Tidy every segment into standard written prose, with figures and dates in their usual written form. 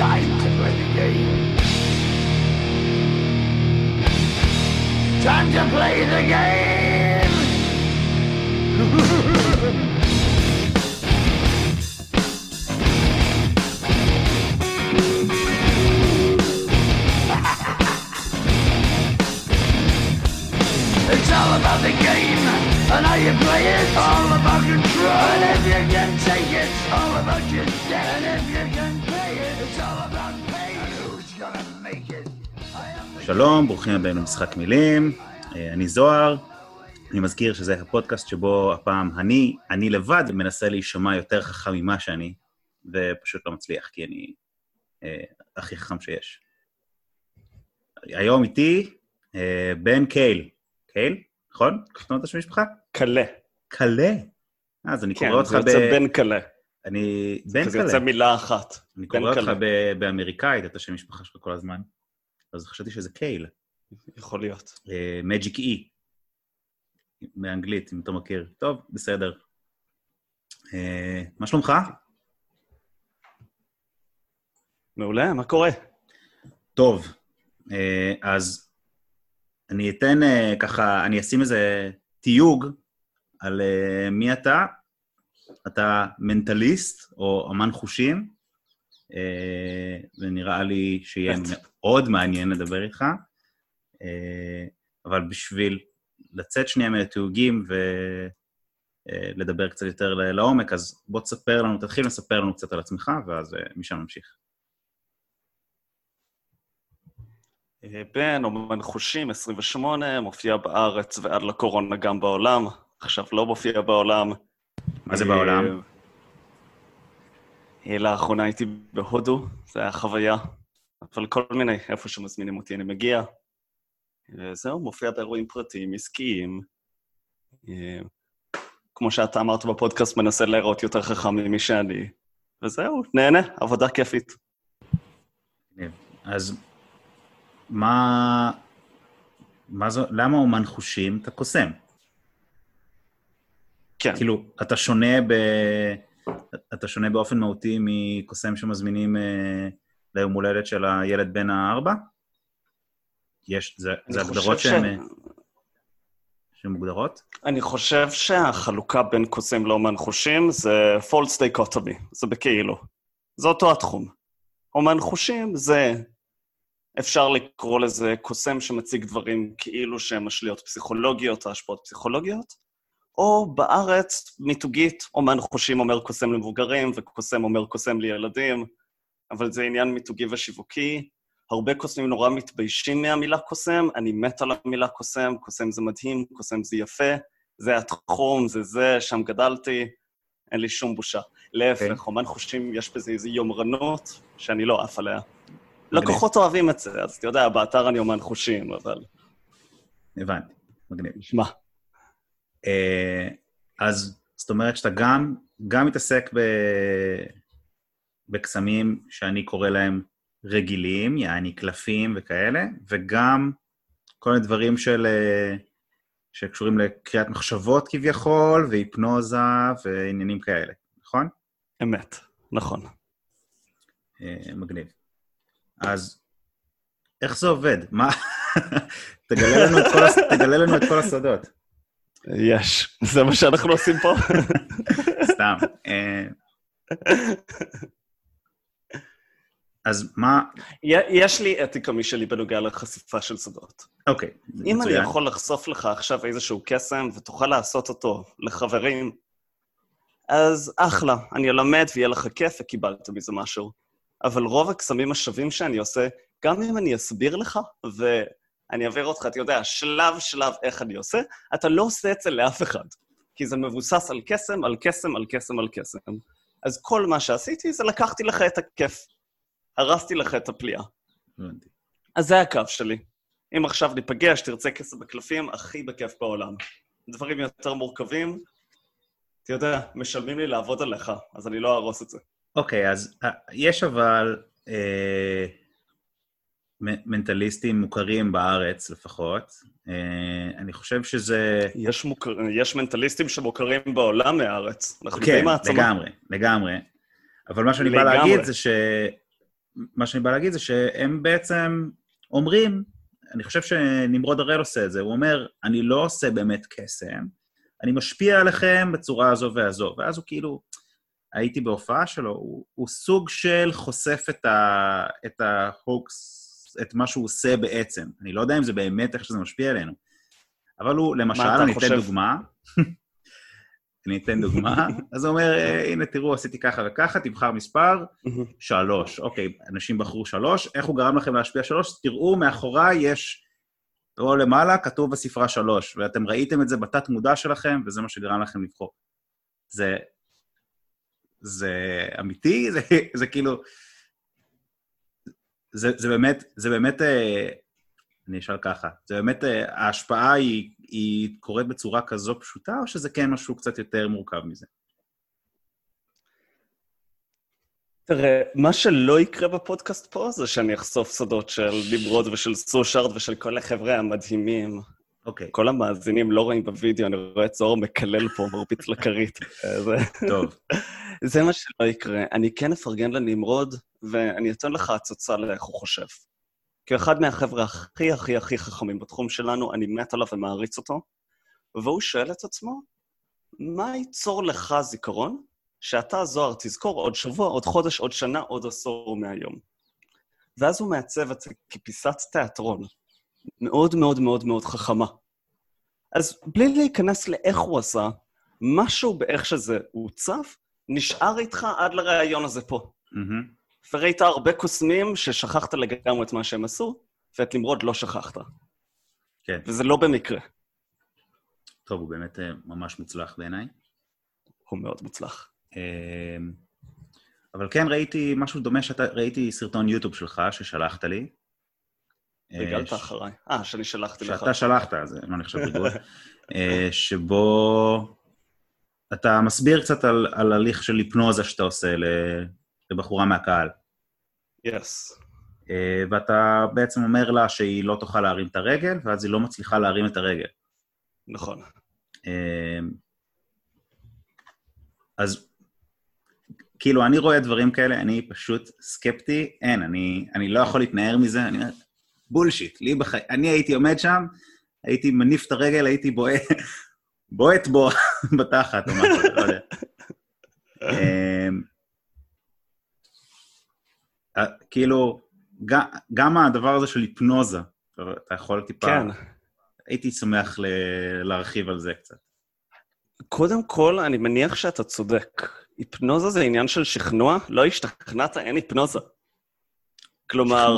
Time to play the game. Time to play the game. It's all about the game and how you play it. All about control, and if you can take it, all about your debt. And if you can pay it, it's all about pay. And who's gonna make it? שלום, ברוכים הבאים למשחק מילים, אני זוהר, אני מזכיר שזה הפודקאסט שבו הפעם אני לבד מנסה להישמע יותר חכם ממה שאני, ופשוט לא מצליח, כי אני הכי חכם שיש. היום איתי בן קייל, קייל? נכון? איך אתה אומר את השם משפחה? קלה. קלה? אז אני קורא אותך כן, זה יוצא בן קלה. אני בן קלה. זה יוצא מילה אחת. אני קורא אותך באמריקאית, את השם משפחה שלך כל הזמן. אז חשבתי שזה קייל. יכול להיות. מג'יק אי. באנגלית, אם אתה מכיר. טוב, בסדר. מה שלומך? מעולה, מה קורה? טוב. אז אני אתן ככה, אני אשים איזה תיוג על מי אתה. אתה מנטליסט או אמן חושים, ונראה לי שיהיה מאוד מעניין לדבר איתך, אבל בשביל לצאת שנייה מהתיוגים ולדבר קצת יותר לעומק, אז בוא תספר לנו, תתחיל לספר לנו קצת על עצמך, ואז משם נמשיך. בן, אומן חושים, 28, מופיע בארץ ועד לקורונה גם בעולם, עכשיו לא מופיע בעולם. מה זה בעולם? לאחרונה הייתי בהודו, זה היה חוויה, אבל כל מיני, איפה שמזמינים אותי אני מגיע. וזהו, מופיע באירועים פרטיים, עסקיים. כמו שאתה אמרת בפודקאסט, מנסה להיראות יותר חכם ממי שאני. וזהו, נהנה, עבודה כיפית. אז למה אומן חושים? אתה קוסם. כן. כאילו, אתה שונה באופן מהותי מקוסם שמזמינים ליום הולדת של הילד בן ה4? זה הגדרות שהן מוגדרות? אני חושב שהחלוקה בין קוסם לאומן חושים זה false dichotomy, זה בכאילו. זה אותו התחום. אומן חושים זה, אפשר לקרוא לזה קוסם שמציג דברים כאילו שהם משליעות פסיכולוגיות, השפעות פסיכולוגיות, או בארץ, מיתוגית, אומן חושים אומר קוסם למבוגרים, וקוסם אומר קוסם לילדים, אבל זה עניין מיתוגי ושיווקי. הרבה קוסמים נורא מתביישים מהמילה קוסם, אני מת על המילה קוסם, קוסם זה מדהים, קוסם זה יפה, זה התחום, זה, שם גדלתי, אין לי שום בושה. להפך, אומן חושים, יש בזה איזו יומרנות שאני לא עף עליה. לקוחות אוהבים את זה, אז אתה יודע, באתר אני אומן חושים, אבל... הבנתי, מגניב. נשמע. אז זאת אומרת שאתה גם מתעסק בקסמים שאני קורא להם רגילים, יעני קלפים וכאלה, וגם כל מיני דברים שקשורים לקריאת מחשבות כביכול, והיפנוזה ועניינים כאלה, נכון? אמת, נכון. מגניב. אז איך זה עובד? מה? תגלה לנו את כל הסודות. יש, זה מה שאנחנו עושים פה. סתם. אז מה... יש לי אתיקה משלי בנוגע לחשיפה של סודות. אוקיי. אם אני יכול לחשוף לך עכשיו איזשהו קסם, ותוכל לעשות אותו לחברים, אז אחלה, אני אלמד ויהיה לך כיף וקיבלת מזה משהו. אבל רוב הקסמים השווים שאני עושה, גם אם אני אסביר לך, אני אעביר אותך, אתה יודע, שלב איך אני עושה, אתה לא עושה את זה לאף אחד, כי זה מבוסס על קסם, על קסם, על קסם, על קסם. אז כל מה שעשיתי זה לקחתי לך את הכיף, הרסתי לך את הפליאה. אז זה הקו שלי. אם עכשיו ניפגש, תרצה קסם בקלפים, הכי בכיף בעולם. דברים יותר מורכבים, אתה יודע, משלמים לי לעבוד עליך, אז אני לא ארוס את זה. אוקיי, אז יש אבל... מנטליסטים מוכרים בארץ לפחות. אני חושב שזה... יש מנטליסטים שמוכרים בעולם מהארץ. כן, לגמרי. אבל מה שאני בא להגיד זה מה שאני בא להגיד זה שהם בעצם אומרים, אני חושב שנמרוד הראל עושה את זה, הוא אומר, אני לא עושה באמת קסם, אני משפיע עליכם בצורה הזו והזו, ואז הוא כאילו, הייתי בהופעה שלו, הוא סוג של חושף את ההוקס, את מה שהוא עושה בעצם. אני לא יודע אם זה באמת איך שזה משפיע עלינו. אבל הוא, למשל, אני אתן דוגמה, אז הוא אומר, הנה תראו, עשיתי ככה וככה, תבחר מספר, 3. אוקיי, אנשים בחרו 3, איך הוא גרם לכם להשפיע 3? תראו, מאחוריי יש, או למעלה, כתוב בספרה 3, ואתם ראיתם את זה בתת מודע שלכם, וזה מה שגרם לכם לבחור. זה אמיתי, זה כאילו, זה באמת, אני אשאל ככה, זה באמת, ההשפעה היא קורית בצורה כזו פשוטה, או שזה כן משהו קצת יותר מורכב מזה? תראה, מה שלא יקרה בפודקאסט פה, זה שאני אחשוף סודות של נמרוד ושל סושארד ושל כל החבר'ה המדהימים. אוקיי. כל המאזינים לא רואים בווידאו, אני רואה את זוהר מקלל פה, מרביץ לכרית. טוב. זה מה שלא יקרה. אני כן אפרגן לנמרוד, ואני אתן לך הצצה לאיך הוא חושב. כאחד מהחבר'ה הכי הכי הכי חכמים בתחום שלנו, אני מת עליו ומעריץ אותו, והוא שואל את עצמו, מה ייצור לך זיכרון שאתה, זוהר, תזכור עוד שבוע, עוד חודש, עוד שנה, עוד עשור מהיום? ואז הוא מעצב את זה כפיסת תיאטרון, מאוד מאוד מאוד מאוד חכמה. אז בלי להיכנס לאיך הוא עשה, משהו באיך שזה עוצב, נשאר איתך עד לרעיון הזה פה. וראית הרבה קוסמים ששכחת לגמרי את מה שהם עשו, ואת נמרוד לא שכחת. כן. וזה לא במקרה. טוב, הוא באמת ממש מוצלח בעיניי. הוא מאוד מוצלח. אבל כן, ראיתי משהו דומה, ראיתי סרטון יוטיוב שלך ששלחת לי. ריגלת אחריי. שאני שלחתי לך. שאתה שלחת, זה לא נחשב ריגול. שבו אתה מסביר קצת על הליך של היפנוזה שאתה עושה לבחורה מהקהל. Yes. ואתה בעצם אומר לה שהיא לא תוכל להרים את הרגל, ואז היא לא מצליחה להרים את הרגל. נכון. אז כאילו, אני רואה דברים כאלה, אני פשוט סקפטי, אני לא יכול להתנער מזה, אני אומר, בולשיט, אני הייתי עומד שם, הייתי מניף את הרגל, הייתי בועט בו בתחת, או משהו, לא יודע. כאילו, גם הדבר הזה של היפנוזה, אתה יכול טיפה... כן. הייתי שמח להרחיב על זה קצת. קודם כל, אני מניח שאתה צודק. היפנוזה זה עניין של שכנוע, לא השתכנעת, אין היפנוזה. כלומר,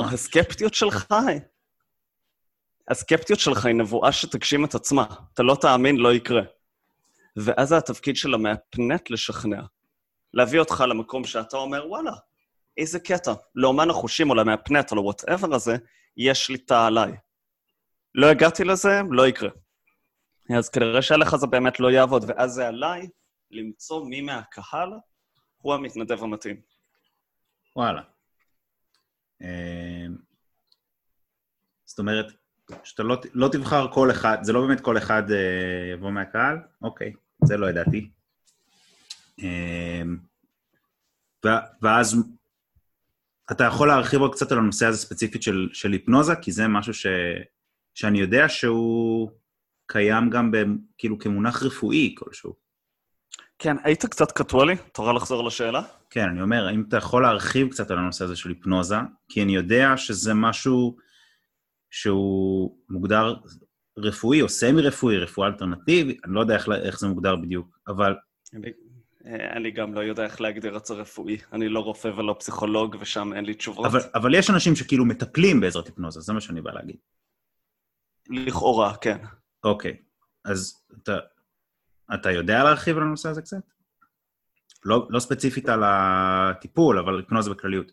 הסקפטיות שלך היא נבואה שתגשים את עצמה. אתה לא תאמין, לא יקרה. ואז התפקיד של המאפנט לשכנע. להביא אותך למקום שאתה אומר, וואלה, איזה קטע. לאומן החושים או למאפנט או ל-whatever הזה, יש שליטה עליי. לא הגעתי לזה, לא יקרה. אז כנראה שעליך זה באמת לא יעבוד, ואז זה עליי למצוא מי מהקהל הוא המתנדב המתאים. וואלה. זאת אומרת, שאתה לא תבחר כל אחד, זה לא באמת כל אחד יבוא מהקהל? אוקיי, זה לא ידעתי. ואז אתה יכול להרחיב עוד קצת על הנושא הזה ספציפית של היפנוזה, כי זה משהו שאני יודע שהוא קיים גם כאילו כמונח רפואי כלשהו. כן, היית קצת קטוע לי? תוכל לחזור לשאלה? כן, אני אומר, האם אתה יכול להרחיב קצת על הנושא הזה של היפנוזה, כי אני יודע שזה משהו שהוא מוגדר רפואי או סמי-רפואי, רפואה אלטרנטיבית, אני לא יודע איך זה מוגדר בדיוק, אבל... אני גם לא יודע איך להגדיר את זה רפואי. אני לא רופא ולא פסיכולוג, ושם אין לי תשובות. אבל יש אנשים שכאילו מטפלים בעזרת היפנוזה, זה מה שאני בא להגיד. לכאורה, כן. אוקיי, אז אתה יודע להרחיב על הנושא הזה קצת? לא ספציפית על הטיפול, אבל היפנוזה בכלליות.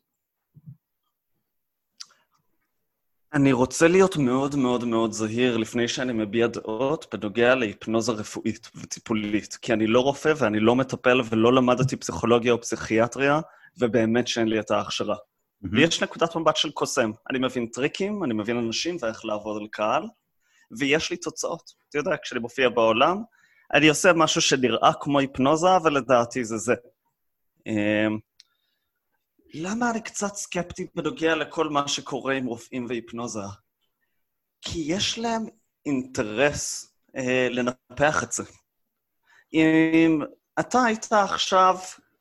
אני רוצה להיות מאוד מאוד מאוד זהיר לפני שאני מביע דעות בנוגע להיפנוזה רפואית וטיפולית, כי אני לא רופא ואני לא מטפל ולא למדתי פסיכולוגיה או פסיכיאטריה, ובאמת שאין לי את ההכשרה. ויש נקודת מבט של קוסם. אני מבין טריקים, אני מבין אנשים ואיך לעבוד על קהל, ויש לי תוצאות. אתה יודע, כשאני מופיע בעולם, אני עושה משהו שנראה כמו היפנוזה, ולדעתי זה זה. למה אני קצת סקפטי בנוגע לכל מה שקורה עם רופאים והיפנוזה? כי יש להם אינטרס לנפח את זה. אם אתה היית עכשיו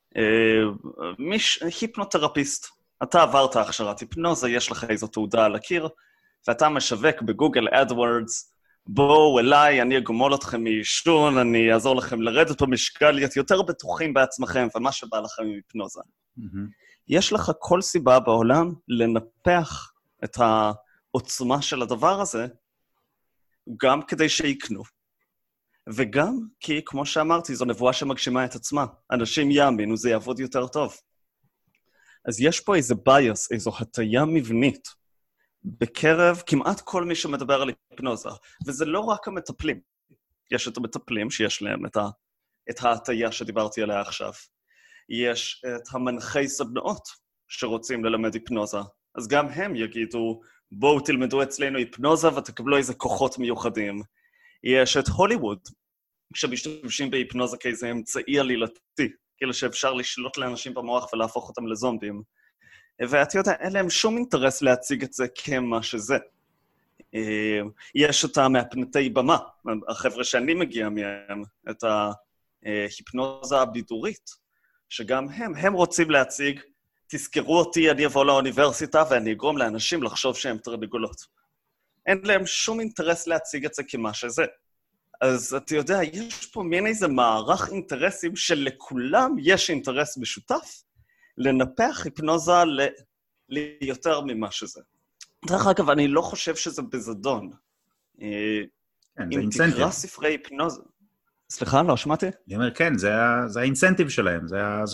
היפנותרפיסט, אתה עברת הכשרת היפנוזה, יש לך איזו תעודה על הקיר, ואתה משווק בגוגל אדוורדס, בואו אליי, אני אגמול אתכם מעישון, אני אעזור לכם לרדת במשקל, להיות יותר בטוחים בעצמכם, ומה שבא לכם עם היפנוזה. יש לך כל סיבה בעולם לנפח את העוצמה של הדבר הזה, גם כדי שיקנו. וגם כי, כמו שאמרתי, זו נבואה שמגשימה את עצמה. אנשים יאמינו, זה יעבוד יותר טוב. אז יש פה איזה bias, איזו הטיה מבנית, בקרב כמעט כל מי שמדבר על היפנוזה. וזה לא רק המטפלים. יש את המטפלים שיש להם את ההטיה שדיברתי עליה עכשיו. יש את המנחי סדנאות שרוצים ללמד היפנוזה. אז גם הם יגידו, בואו תלמדו אצלנו היפנוזה ותקבלו איזה כוחות מיוחדים. יש את הוליווד, שמשתמשים בהיפנוזה כאיזה אמצעי עלילתי, כאילו שאפשר לשלוט לאנשים במוח ולהפוך אותם לזומבים. ואתה יודע, אין להם שום אינטרס להציג את זה כמה שזה. יש את המאפנתי במה, החבר'ה שאני מגיע מהם, את ההיפנוזה הבידורית, שגם הם רוצים להציג, תזכרו אותי, אני אבוא לאוניברסיטה ואני אגרום לאנשים לחשוב שהם תרנגולות. אין להם שום אינטרס להציג את זה כמה שזה. אז אתה יודע, יש פה מין איזה מערך אינטרסים שלכולם יש אינטרס משותף, לנפח היפנוזה ליותר ממה שזה. דרך אגב, אני לא חושב שזה בזדון. אם תקרא ספרי היפנוזה... סליחה, לא שמעתי? אני אומר, כן, זה האינסנטיב שלהם,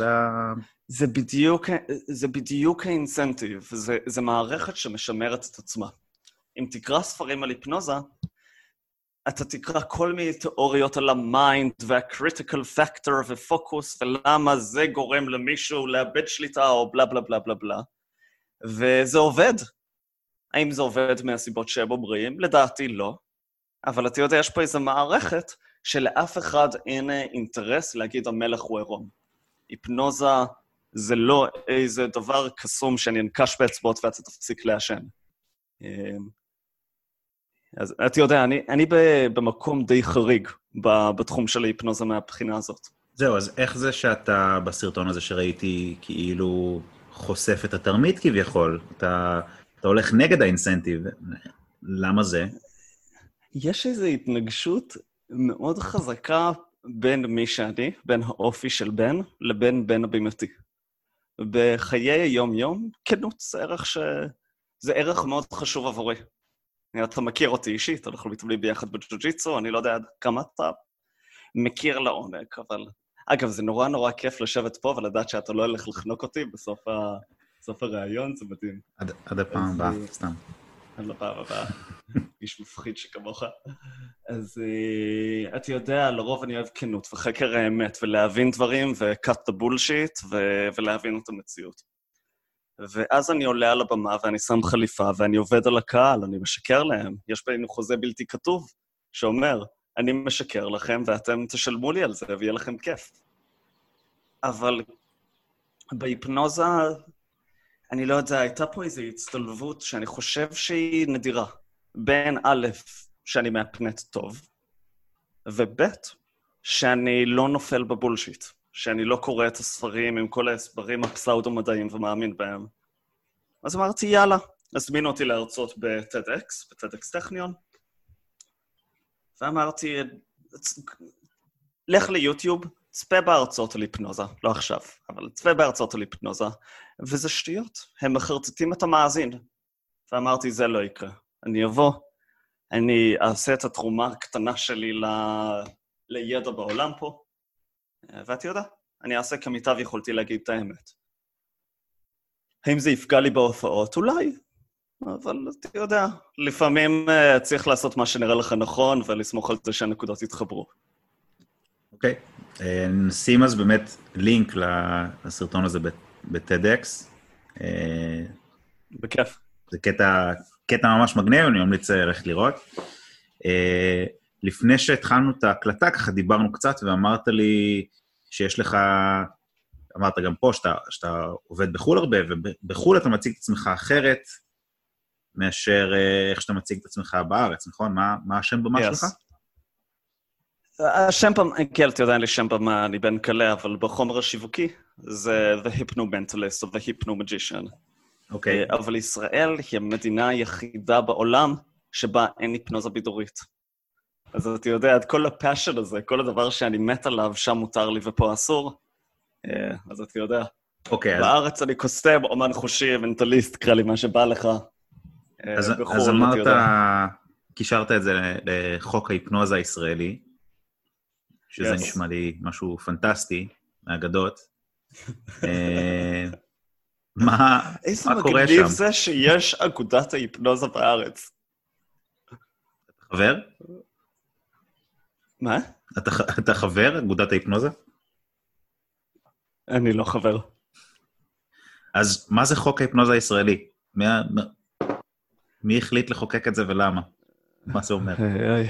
זה בדיוק האינסנטיב, זה מערכת שמשמרת את עצמה. אם תקרא ספרים על היפנוזה, אתה תקרא כל מיני תיאוריות על המיינד והקריטיקל פקטור ופוקוס, ולמה זה גורם למישהו לאבד שליטה או בלה בלה בלה בלה בלה. וזה עובד. האם זה עובד מהסיבות שהם אומרים? לדעתי לא. אבל אתה יודע, יש פה איזו מערכת שלאף אחד אין אינטרס להגיד המלך הוא עירום. היפנוזה זה לא איזה דבר קסום שאני אנקש באצבעות ואתה תפסיק לעשן. אז אתה יודע, אני במקום די חריג בתחום של ההיפנוזה מהבחינה הזאת. זהו, אז איך זה שאתה בסרטון הזה שראיתי כאילו חושף את התרמית כביכול? אתה הולך נגד האינסנטיב. למה זה? יש איזו התנגשות מאוד חזקה בין מי שאני, בין האופי של בן, לבין בן הבימתי. בחיי היום-יום, כנות זה ערך מאוד חשוב עבורי. אתה מכיר אותי אישית, אנחנו מתאמנים ביחד בג'ו-ג'יצו, אני לא יודע כמה אתה מכיר לעומק, אבל... אגב, זה נורא נורא כיף לשבת פה ולדעת שאתה לא הולך לחנוק אותי בסוף הרעיון, זה מדהים. עד הפעם הבאה, סתם. עד הפעם הבאה. איש מפחיד שכמוך. אז אתה יודע, לרוב אני אוהב כנות וחקר האמת, ולהבין דברים ו-cut the bullshit ולהבין את המציאות. ואז אני עולה על הבמה ואני שם חליפה ואני עובד על הקהל, אני משקר להם. יש בינינו חוזה בלתי כתוב שאומר, אני משקר לכם ואתם תשלמו לי על זה ויהיה לכם כיף. אבל בהיפנוזה, אני לא יודע, הייתה פה איזו הצטלבות שאני חושב שהיא נדירה. בין א', שאני מאפנט טוב, וב', שאני לא נופל בבולשיט. שאני לא קורא את הספרים עם כל ההסברים הפסאודו-מדעיים ומאמין בהם. אז אמרתי, יאללה, הזמינו אותי להרצות ב-TEDx טכניון, ואמרתי, לך ליוטיוב, צפה בהרצות על היפנוזה, לא עכשיו, אבל צפה בהרצות על היפנוזה, וזה שטויות, הם מחרטטים את המאזין. ואמרתי, זה לא יקרה. אני אבוא, אני אעשה את התרומה הקטנה שלי לידע בעולם פה, ואתה יודע, אני אעשה כמיטב יכולתי להגיד את האמת. האם זה יפגע לי בהופעות? אולי, אבל אתה יודע, לפעמים צריך לעשות מה שנראה לך נכון, ולסמוך על זה שהנקודות יתחברו. אוקיי. נשים אז באמת לינק לסרטון הזה ב-TEDx. בכיף. זה קטע ממש מגניב, אני ממליץ ללכת לראות. לפני שהתחלנו את ההקלטה, ככה דיברנו קצת, ואמרת לי שיש לך אמרת גם פה שאתה עובד בחול הרבה, ובחול אתה מציג את עצמך אחרת, מאשר איך שאתה מציג את עצמך בארץ, נכון? מה השם במה שלך? השם כן, אתה יודע, אין לי שם במה, אני בן קלה, אבל בחומר השיווקי זה The Hypnomentalist או The Hypnomagician. אוקיי. אבל ישראל היא המדינה היחידה בעולם שבה אין היפנוזה בידורית. אז אתה יודע, את כל הפאשן הזה, כל הדבר שאני מת עליו, שם מותר לי ופה אסור. אז אתה יודע. אוקיי. בארץ אני קוסם, אומן חושי, מנטליסט, קרא לי מה שבא לך. אז אמרת, קישרת את זה לחוק ההיפנוזה הישראלי, שזה נשמע לי משהו פנטסטי, מהאגדות. מה קורה שם? איזה מגניב זה שיש אגודת ההיפנוזה בארץ. אתה חבר? מה? אתה חבר, אגודת ההיפנוזה? אני לא חבר. אז מה זה חוק ההיפנוזה הישראלי? מי החליט לחוקק את זה ולמה? מה זה אומר?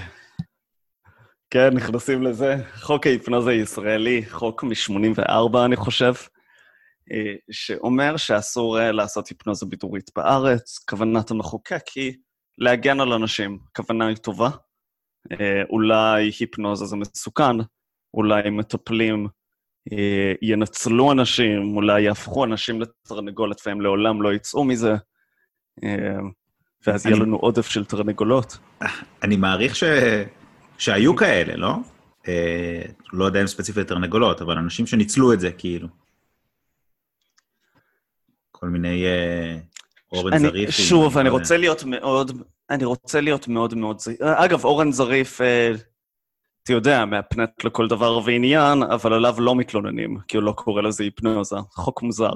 כן, נכנסים לזה. חוק ההיפנוזה הישראלי, חוק מ-84, אני חושב, שאומר שאסור לעשות היפנוזה בידורית בארץ. כוונת המחוקק היא להגן על אנשים. כוונה היא טובה. אולי היפנוזה זה מסוכן, אולי מטפלים ינצלו אנשים, אולי יהפכו אנשים לתרנגולת והם לעולם לא יצאו מזה, ואז יהיה לנו עודף של תרנגולות. אני מעריך שהיו כאלה, לא? לא יודע אם ספציפית תרנגולות, אבל אנשים שניצלו את זה, כאילו. כל מיני אורן זריף. שוב, אני רוצה להיות מאוד מאוד זריף. אגב, אורן זריף, אתה יודע, מהפנט לכל דבר ועניין, אבל עליו לא מתלוננים, כי הוא לא קורא לזה היפנוזה. חוק מוזר.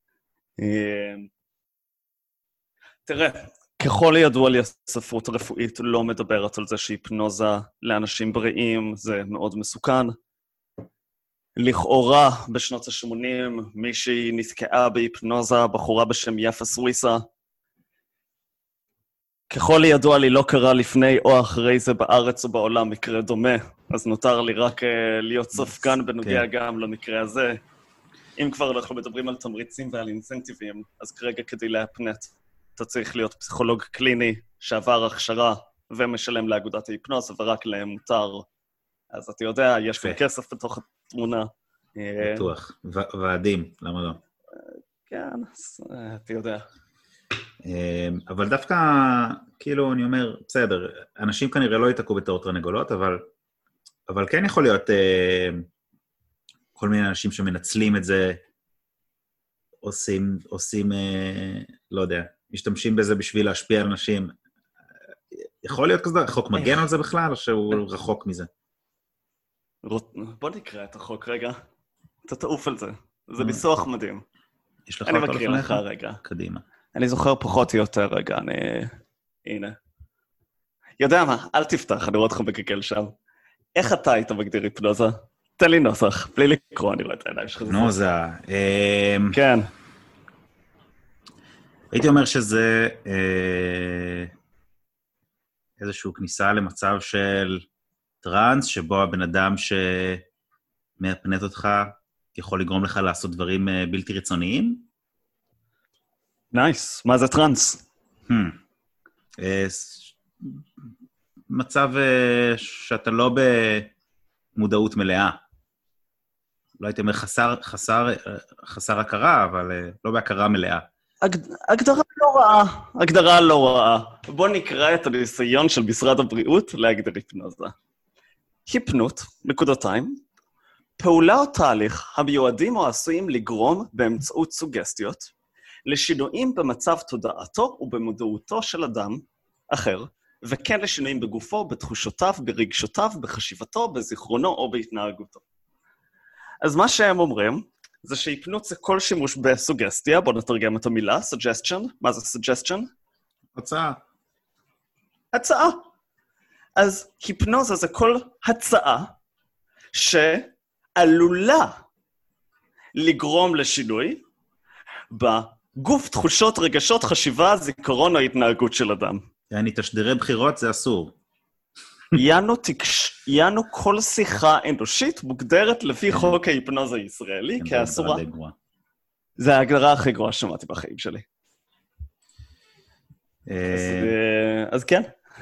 תראה, ככל הידוע לי, הספרות הרפואית לא מדברת על זה שהיפנוזה לאנשים בריאים זה מאוד מסוכן. לכאורה, בשנות ה-80, מישהי נתקעה בהיפנוזה, בחורה בשם יפה סוויסה. ככל הידוע לי לא קרה לפני או אחרי זה בארץ או בעולם מקרה דומה, אז נותר לי רק להיות ספקן בנוגע גם למקרה הזה. אם כבר אנחנו מדברים על תמריצים ועל אינסנטיבים, אז כרגע כדי להפנט, אתה צריך להיות פסיכולוג קליני שעבר הכשרה ומשלם לאגודת ההיפנוזה, ורק להם מותר. אז אתה יודע, יש גם כסף בתוך התמונה. בטוח. ועדים, למה לא? כן, אתה יודע. אבל דווקא, כאילו, אני אומר, בסדר, אנשים כנראה לא יתעקו בתור תרנגולות, אבל כן יכול להיות כל מיני אנשים שמנצלים את זה, עושים, לא יודע, משתמשים בזה בשביל להשפיע על אנשים. יכול להיות כזה, החוק מגן על זה בכלל, או שהוא רחוק מזה? בוא נקרא את החוק רגע. אתה תעוף על זה. זה ניסוח מדהים. יש לך אני מקריא לך רגע. קדימה. אני זוכר פחות או יותר רגע, הנה. יודע מה, אל תפתח, אני רואה אותך בגגל שם. איך אתה היית מגדיר היפנוזה? תן לי נוסח, בלי לקרוא, אני רואה את העיניים שלך. היפנוזה. כן. הייתי אומר שזה איזושהי כניסה למצב של טרנס, שבו הבן אדם שמאפנט אותך יכול לגרום לך לעשות דברים בלתי רצוניים. נייס, מה זה טרנס? מצב שאתה לא במודעות מלאה. לא הייתי אומר חסר הכרה, אבל לא בהכרה מלאה. הגדרה לא רעה. בוא נקרא את הניסיון של משרד הבריאות להגדיר היפנוזה. היפנות, נקודתיים, פעולה או תהליך המיועדים או עשויים לגרום באמצעות סוגסטיות, לשינויים במצב תודעתו ובמודעותו של אדם אחר, וכן לשינויים בגופו, בתחושותיו, ברגשותיו, בחשיבתו, בזיכרונו או בהתנהגותו. אז מה שהם אומרים, זה שהיפנות זה כל שימוש בסוגסטיה, בואו נתרגם את המילה, suggestion. מה זה suggestion? הצעה. אז היפנוזה זה כל הצעה שעלולה לגרום לשינוי בגוף, תחושות, רגשות, חשיבה, זיכרון או התנהגות של אדם. תשדירי בחירות זה אסור. יענו כל שיחה אנושית מוגדרת לפי חוק ההיפנוזה הישראלי כאסורה. זה ההגדרה הכי גרועה שמעתי בחיים שלי. אז כן.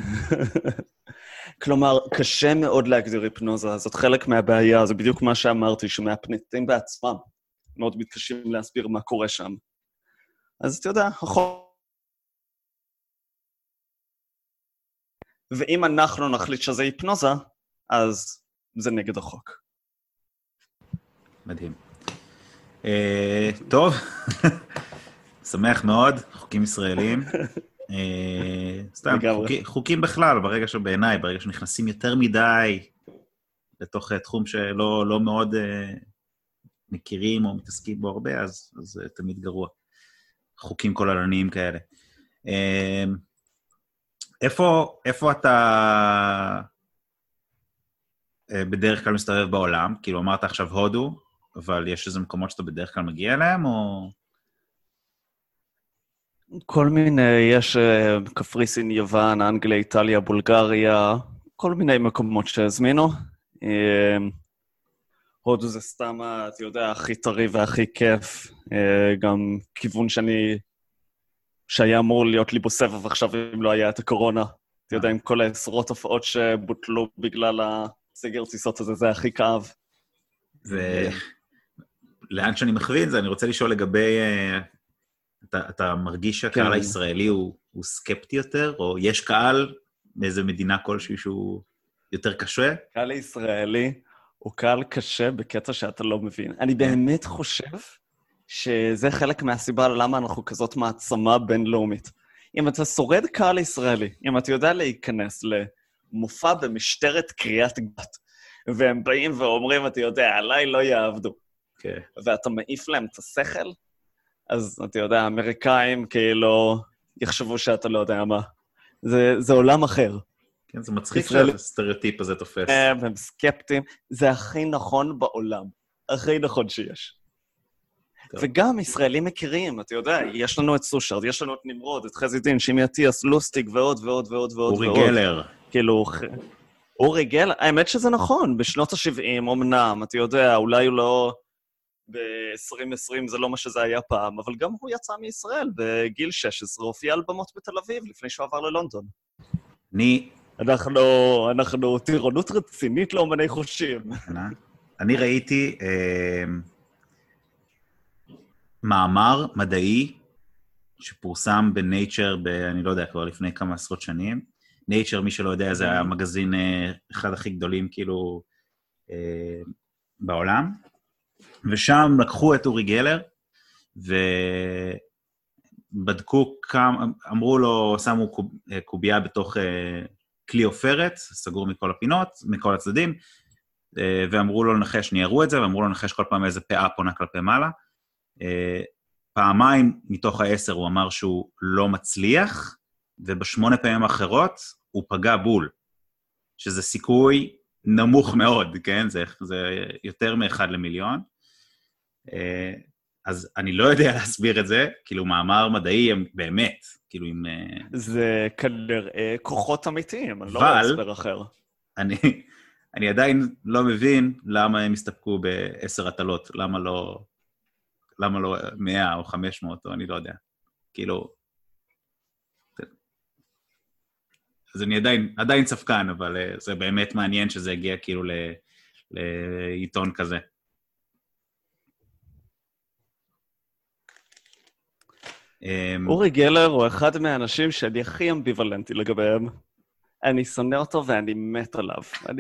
כלומר, קשה מאוד להגדיר היפנוזה, זאת חלק מהבעיה, זה בדיוק מה שאמרתי, שמהפנטים בעצמם מאוד מתקשים להסביר מה קורה שם. אז אתה יודע, ואם אנחנו נחליט שזה היפנוזה, אז זה נגד החוק. מדהים. טוב, שמח מאוד, חוקים ישראלים. סתם, חוקים בכלל, ברגע שבעיניי, ברגע שנכנסים יותר מדי לתוך תחום שלא מאוד מכירים או מתעסקים בו הרבה, אז זה תמיד גרוע. חוקים כוללניים כאלה. איפה אתה בדרך כלל מסתובב בעולם? כאילו, אמרת עכשיו הודו, אבל יש איזה מקומות שאתה בדרך כלל מגיע אליהם, או... כל מיני, יש קפריסין, יוון, אנגליה, איטליה, בולגריה, כל מיני מקומות שהזמינו. הודו זה סתם, אתה יודע, הכי טרי והכי כיף. גם כיוון שהיה אמור להיות לי בו סבב עכשיו אם לא היה את הקורונה. אתה יודע, עם כל העשרות הופעות שבוטלו בגלל הסגר טיסות הזה, זה הכי כאב. לאן שאני מכווין זה, אני רוצה לשאול לגבי... אתה מרגיש שהקהל הישראלי הוא סקפטי יותר, או יש קהל באיזה מדינה כלשהי שהוא יותר קשה? קהל הישראלי הוא קהל קשה בקטע שאתה לא מבין. אני באמת חושב שזה חלק מהסיבה למה אנחנו כזאת מעצמה בינלאומית. אם אתה שורד קהל ישראלי, אם אתה יודע להיכנס למופע במשטרת קריאת גת, והם באים ואומרים, אתה יודע, עליי לא יעבדו, ואתה מעיף להם את השכל, אז אתה יודע, האמריקאים כאילו יחשבו שאתה לא יודע מה. זה עולם אחר. כן, זה מצחיק שהסטריאוטיפ הזה תופס. הם סקפטיים. זה הכי נכון בעולם. הכי נכון שיש. וגם ישראלים מכירים, אתה יודע, יש לנו את סושארד, יש לנו את נמרוד, את חזי דין, שימי אטיאס, לוסטיג ועוד ועוד ועוד ועוד. אורי גלר. כאילו, אורי גלר, האמת שזה נכון, בשנות ה-70, אמנם, אתה יודע, אולי הוא לא... ב-2020 זה לא מה שזה היה פעם, אבל גם הוא יצא מישראל בגיל 16, הופיע על במות בתל אביב לפני שהוא עבר ללונדון. אנחנו טירונות רצינית לאומני חושים. אני ראיתי מאמר מדעי שפורסם בנייצ'ר, אני לא יודע, כבר לפני כמה עשרות שנים. נייצ'ר, מי שלא יודע, זה המגזין אחד הכי גדולים כאילו בעולם. ושם לקחו את אורי גלר, ובדקו כמה, אמרו לו, שמו קובייה בתוך כלי עופרת, סגור מכל הפינות, מכל הצדדים, ואמרו לו לנחש, ניירו את זה, ואמרו לו לנחש כל פעם איזה פאה פונה כלפי מעלה. פעמיים מתוך 10 הוא אמר שהוא לא מצליח, וב8 פעמים האחרות הוא פגע בול, שזה סיכוי נמוך מאוד, כן? זה יותר מאחד למיליון. אז אני לא יודע להסביר את זה, כאילו מאמר מדעי באמת, כאילו עם... זה כנראה כוחות אמיתיים, אני לא רואה הסבר אחר. אני עדיין לא מבין למה הם הסתפקו ב10 הטלות, למה לא 100 או 500, או אני לא יודע. כאילו... אז אני עדיין ספקן, אבל זה באמת מעניין שזה הגיע כאילו לעיתון כזה. אורי גלר הוא אחד מהאנשים שאני הכי אמביוולנטי לגביהם. אני שונא אותו ואני מת עליו. אני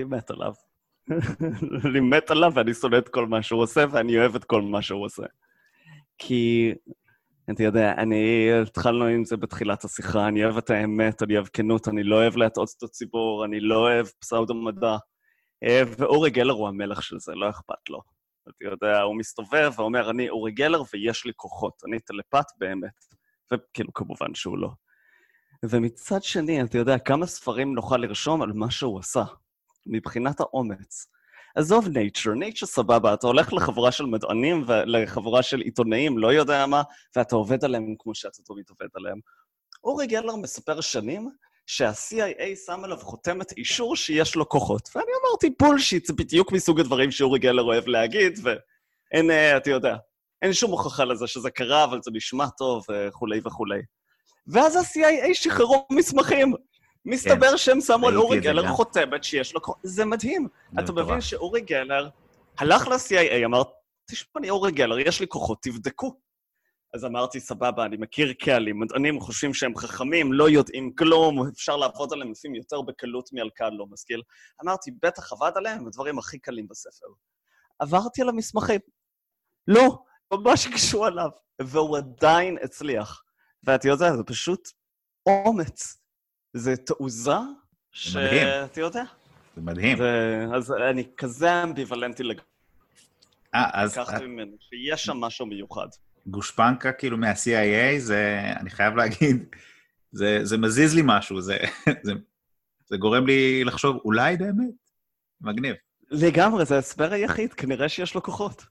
מת עליו ואני שונא את כל מה שהוא עושה, ואני אוהב את כל מה שהוא עושה. כי, אתה יודע, התחלנו עם זה בתחילת השיחה, אני אוהב את האמת, אני אוהב כנות, אני לא אוהב להטעות את הציבור, אני לא אוהב פסאודו-מדע. ואורי גלר הוא המלך של זה, לא אכפת לו. אתה יודע, הוא מסתובב ואומר, אני אורי גלר ויש לי כוחות, אני טלפת באמת. וכאילו, כמובן שהוא לא. ומצד שני, אתה יודע, כמה ספרים נוכל לרשום על מה שהוא עשה, מבחינת האומץ. עזוב nature סבבה, אתה הולך לחברה של מדענים ולחברה של עיתונאים, לא יודע מה, ואתה עובד עליהם כמו שאתה תמיד עובד עליהם. אורי גלר מספר שנים שה-CIA שם עליו חותמת אישור שיש לו כוחות. ואני אמרתי, בולשיט, זה בדיוק מסוג הדברים שאורי גלר אוהב להגיד, ואין, אתה יודע, אין שום הוכחה לזה שזה קרה, אבל זה נשמע טוב, וכולי וכולי. ואז ה-CIA שחררו מסמכים. מסתבר שהם שמו על אורי גלר חותמת שיש לו כוחות. זה מדהים. אתה מבין שאורי גלר הלך ל-CIA, אמר, תשמעי, אורי גלר, יש לי כוחות, תבדקו. אז אמרתי, סבבה, אני מכיר קהלים, מדענים חושבים שהם חכמים, לא יודעים כלום, אפשר לעבוד עליהם לפעמים יותר בקלות מעל קהל לא משכיל. אמרתי, בטח עבד עליהם, הדברים הכי קלים בספר. עברתי על המסמכים. לא, ממש קשו עליו, והוא עדיין הצליח. ואתה יודע, זה פשוט אומץ. זה תעוזה שאתה יודע. זה מדהים. אז אני כזה אמביוולנטי אז לקחתי ממנו, שיש שם משהו מיוחד. גושפנקה כאילו מה-CIA, זה, אני חייב להגיד, זה מזיז לי משהו, זה גורם לי לחשוב, אולי באמת? מגניב. לגמרי, זה הסבר היחיד, כנראה שיש לו כוחות.